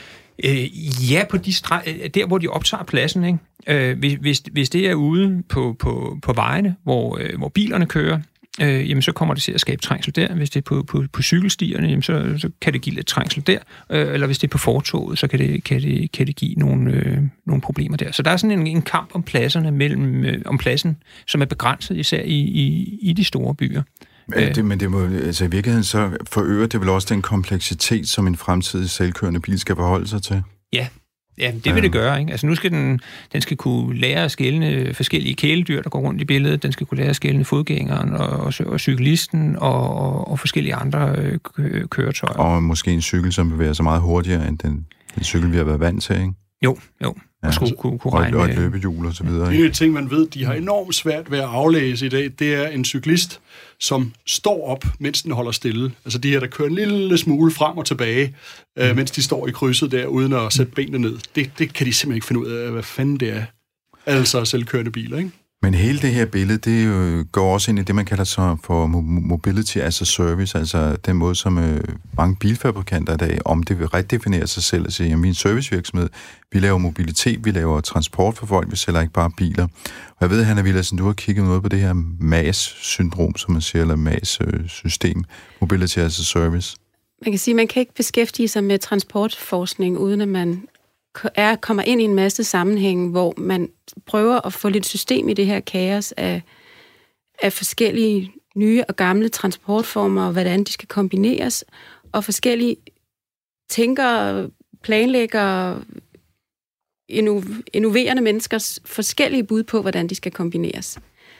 Ja, på der hvor de optager pladsen, ikke? Hvis det er ude på vejene, hvor bilerne kører, jamen så kommer det til at skabe trængsel der. Hvis det er på cykelstierne, jamen så kan det give lidt trængsel der. Eller hvis det er på fortoget, så kan det give nogle problemer der. Så der er sådan en kamp om pladserne om pladsen, som er begrænset især i de store byer. Men det må, altså i virkeligheden så forøger det vel også den kompleksitet, som en fremtidig selvkørende bil skal forholde sig til? Ja, det vil det gøre, ikke? Altså nu skal den skal kunne lære at skelne forskellige kæledyr, der går rundt i billedet. Den skal kunne lære at skelne fodgængeren og cyklisten og forskellige andre køretøjer. Og måske en cykel, som bevæger sig meget hurtigere end den cykel, vi har været vant til, ikke? Jo. Og skulle kunne regne og et løbehjul og så videre. En af de ting, man ved, de har enormt svært ved at aflæse i dag, det er en cyklist, som står op, mens den holder stille. Altså de her, der kører en lille smule frem og tilbage, mens de står i krydset der, uden at sætte benene ned. Det kan de simpelthen ikke finde ud af, hvad fanden det er. Altså selvkørende biler, ikke? Men hele det her billede, det går også ind i det, man kalder så for mobility as a service, altså den måde, som mange bilfabrikanter i dag, om det vil redefinere sig selv og sige, at vi er en servicevirksomhed, vi laver mobilitet, vi laver transport for folk, vi sælger ikke bare biler. Og jeg ved, Hanna Willadsen, du har kigget noget på det her MAS-syndrom, som man siger, eller MAS-system, mobility as a service. Man kan sige, at man kan ikke beskæftige sig med transportforskning, uden at man kommer ind i en masse sammenhænge, hvor man prøver at få lidt system i det her kaos af forskellige nye og gamle transportformer, og hvordan de skal kombineres, og forskellige tænkere, planlæggere, innoverende menneskers forskellige bud på, hvordan de skal kombineres.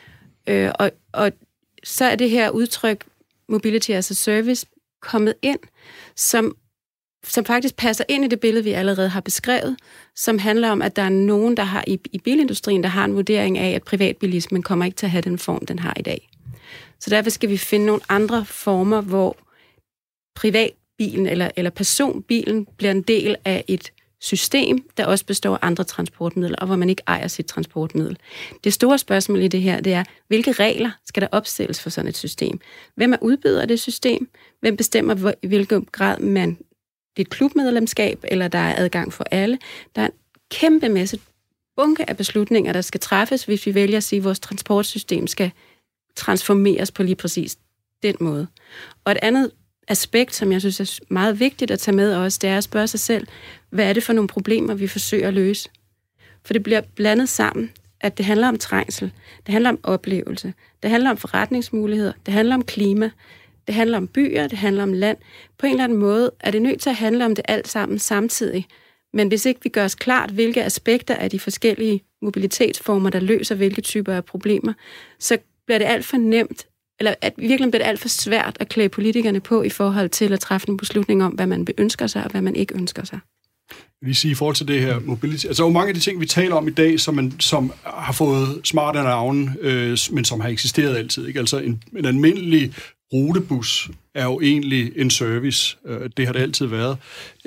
Og så er det her udtryk, mobility as a service, kommet ind, som faktisk passer ind i det billede, vi allerede har beskrevet, som handler om, at der er nogen, der har i bilindustrien, der har en vurdering af, at privatbilismen kommer ikke til at have den form, den har i dag. Så derfor skal vi finde nogle andre former, hvor privatbilen eller personbilen bliver en del af et system, der også består af andre transportmidler, og hvor man ikke ejer sit transportmiddel. Det store spørgsmål i det her, det er, hvilke regler skal der opstilles for sådan et system? Hvem er udbyder af det system? Hvem bestemmer, i hvilken grad det er et klubmedlemskab, eller der er adgang for alle? Der er en kæmpe masse bunke af beslutninger, der skal træffes, hvis vi vælger at sige, at vores transportsystem skal transformeres på lige præcis den måde. Og et andet aspekt, som jeg synes er meget vigtigt at tage med også, det er at spørge sig selv, hvad er det for nogle problemer, vi forsøger at løse? For det bliver blandet sammen, at det handler om trængsel, det handler om oplevelse, det handler om forretningsmuligheder, det handler om klima, det handler om byer, det handler om land. På en eller anden måde er det nødt til at handle om det alt sammen samtidig. Men hvis ikke vi gør os klart, hvilke aspekter af de forskellige mobilitetsformer, der løser hvilke typer af problemer, så bliver det alt for nemt, eller at virkelig bliver det alt for svært at klæde politikerne på i forhold til at træffe en beslutning om, hvad man ønsker sig, og hvad man ikke ønsker sig. Vi siger i forhold til det her mobility, altså mange af de ting, vi taler om i dag, som har fået smarte navne, men som har eksisteret altid. Ikke? Altså en almindelig rutebus er jo egentlig en service. Det har det altid været.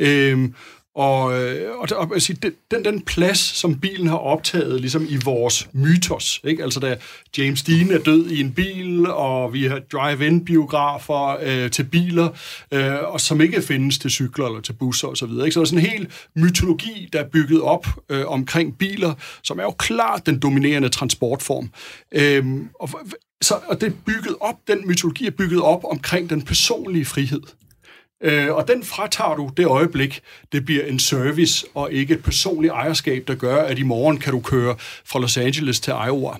Og den plads, som bilen har optaget ligesom i vores mytos, ikke? Altså da James Dean er død i en bil, og vi har drive-in-biografer til biler, og som ikke findes til cykler eller til busser osv. Så er der sådan en hel mytologi, der er bygget op omkring biler, som er jo klart den dominerende transportform. Og det er bygget op, den mytologi er bygget op omkring den personlige frihed. Og den fratager du det øjeblik, det bliver en service og ikke et personligt ejerskab, der gør, at i morgen kan du køre fra Los Angeles til Iowa.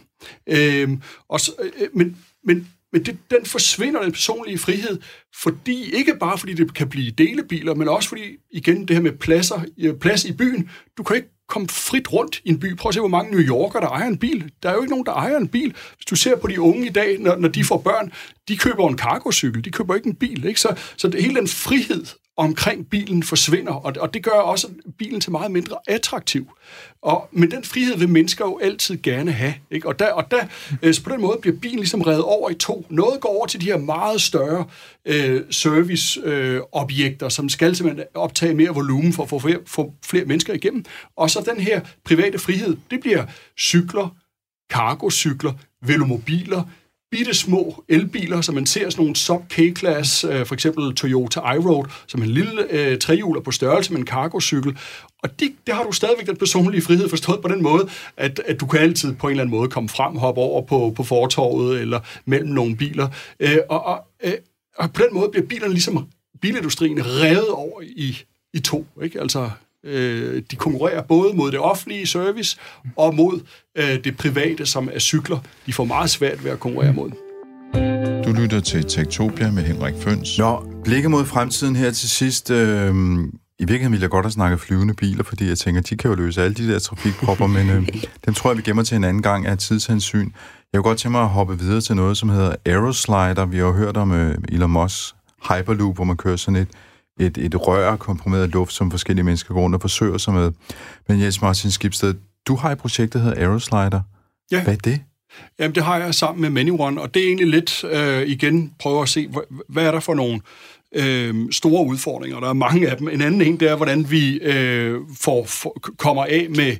Men den forsvinder, den personlige frihed, ikke bare fordi det kan blive delebiler, men også fordi, igen, det her med plads i byen, du kan ikke komme frit rundt i en by. Prøv at se, hvor mange New Yorker, der ejer en bil. Der er jo ikke nogen, der ejer en bil. Hvis du ser på de unge i dag, når de får børn, de køber en cargocykel, de køber ikke en bil. Ikke? Så hele den frihed omkring bilen forsvinder, og det gør også bilen til meget mindre attraktiv. Men den frihed vil mennesker jo altid gerne have. Ikke? Så på den måde bliver bilen ligesom revet over i to. Noget går over til de her meget større serviceobjekter, som skal simpelthen optage mere volumen for at få flere mennesker igennem. Og så den her private frihed, det bliver cykler, cargocykler, velomobiler, bitte små elbiler, som man ser sådan nogle sub-K-class, for eksempel Toyota iRoad, som en lille trehjuler på størrelse med en cargocykel. Og det har du stadigvæk den personlige frihed forstået på den måde, at du kan altid på en eller anden måde komme frem, hoppe over på fortorvet eller mellem nogle biler. Og på den måde bliver bilerne ligesom bilindustrien revet over i to, ikke? Altså de konkurrerer både mod det offentlige service og mod det private, som er cykler. De får meget svært ved at konkurrere mod. Du lytter til Techtopia med Henrik Føns. Blikket mod fremtiden her til sidst. I virkeligheden vil jeg godt have snakket flyvende biler, fordi jeg tænker, de kan jo løse alle de der trafikpropper, men dem tror jeg, vi gemmer til en anden gang af tidshensyn. Jeg vil godt tænke mig at hoppe videre til noget, som hedder Aeroslider. Vi har jo hørt om Elon Musk's Hyperloop, hvor man kører sådan et rør komprimeret luft, som forskellige mennesker går rundt og forsøger sig med. Men Jens Martin Skibsted, du har et projekt, der hedder Aeroslider. Ja. Hvad er det? Jamen, det har jeg sammen med ManyOne, og det er egentlig lidt, igen, prøve at se, hvad er der for nogle store udfordringer. Der er mange af dem. En anden det er, hvordan vi kommer af med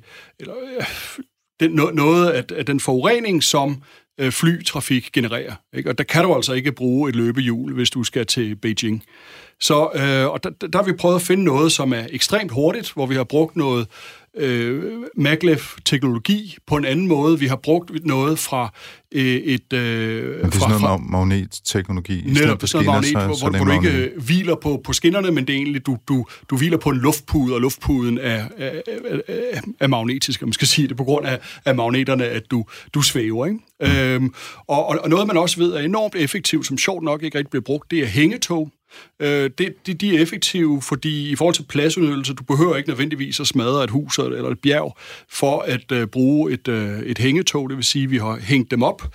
noget af den forurening, som flytrafik genererer. Ikke? Og der kan du altså ikke bruge et løbehjul, hvis du skal til Beijing. Så og der har vi prøvet at finde noget, som er ekstremt hurtigt, hvor vi har brugt noget maglev-teknologi på en anden måde. Vi har brugt noget fra det er sådan noget magnetteknologi. Netop sådan noget magnet, hvor du ikke hviler på skinnerne, men det er egentlig, du hviler på en luftpude, og luftpuden er magnetisk, og man skal sige det på grund af magneterne, at du svæver. Ikke? Og noget, man også ved er enormt effektivt, som sjovt nok ikke rigtig bliver brugt, det er hængetog. De er effektive, fordi i forhold til pladsudnyttelse, du behøver ikke nødvendigvis at smadre et hus eller et bjerg for at bruge et hængetog, det vil sige, at vi har hængt dem op.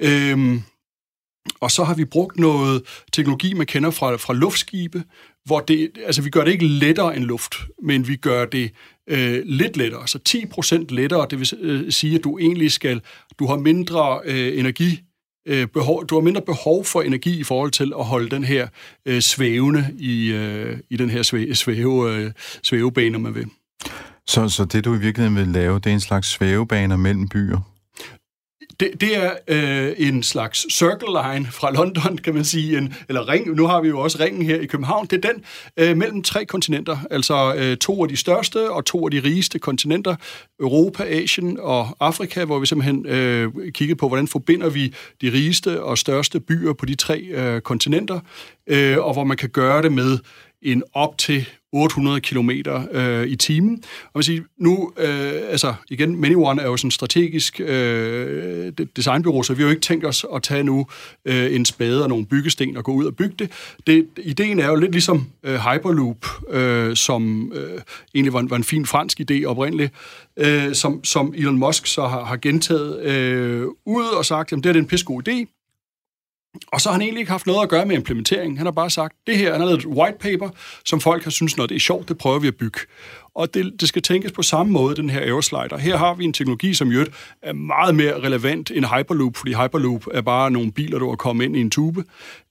Og så har vi brugt noget teknologi, man kender fra luftskibe, hvor vi gør det ikke lettere end luft, men vi gør det lidt lettere, så 10% lettere, det vil sige, at du har mindre du har mindre behov for energi i forhold til at holde den her svævende i den her svævebane, man vil. Så det, du i virkeligheden vil lave, det er en slags svævebaner mellem byer? Det er en slags circle line fra London, kan man sige, eller ring. Nu har vi jo også ringen her i København. Det er den mellem 3 kontinenter, altså 2 af de største og 2 af de rigeste kontinenter, Europa, Asien og Afrika, hvor vi simpelthen kiggede på, hvordan forbinder vi de rigeste og største byer på de 3 kontinenter, og hvor man kan gøre det med en op til 800 kilometer i timen. Og man siger, nu, igen, ManyOne er jo sådan strategisk designbureau, så vi har jo ikke tænkt os at tage nu en spade og nogle byggesten og gå ud og bygge det. Ideen er jo lidt ligesom Hyperloop, som egentlig var en fin fransk idé oprindeligt, som Elon Musk så har gentaget ud og sagt, jamen det er en pissegod idé. Og så har han egentlig ikke haft noget at gøre med implementeringen. Han har bare sagt, det her, han har lavet et white paper, som folk har synes, når det er sjovt, det prøver vi at bygge. Og det skal tænkes på samme måde, den her Aeroslider. Her har vi en teknologi, som jo er meget mere relevant end Hyperloop, fordi Hyperloop er bare nogle biler, der er kommet ind i en tube.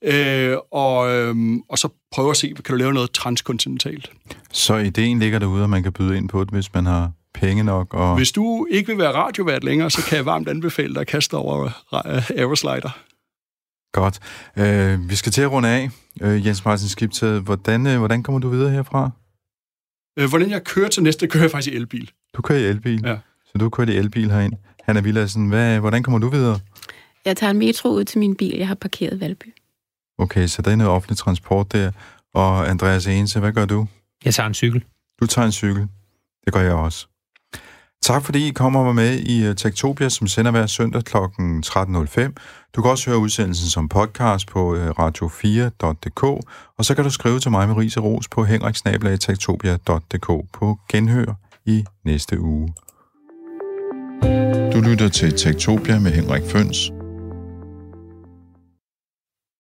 Og så prøve at se, kan du lave noget transkontinentalt. Så ideen ligger derude, at man kan byde ind på det, hvis man har penge nok? Og... Hvis du ikke vil være radiovært længere, så kan jeg varmt anbefale dig at kaste over Aeroslider. Godt. Vi skal til at runde af. Jens Martin Skibsted, hvordan kommer du videre herfra? Hvordan jeg kører til næste, kører jeg faktisk i elbil. Du kører i elbil? Ja. Så du kører i elbil herind. Hanna Villadsen, hvordan kommer du videre? Jeg tager en metro ud til min bil. Jeg har parkeret i Valby. Okay, så der er noget offentlig transport der. Og Andreas Egense, hvad gør du? Jeg tager en cykel. Du tager en cykel. Det gør jeg også. Tak fordi I kommer og var med i Techtopia, som sender hver søndag kl. 13.05. Du kan også høre udsendelsen som podcast på radio4.dk, og så kan du skrive til mig med ris og ros på henrik@techtopia.dk på genhør i næste uge. Du lytter til Techtopia med Henrik Føns.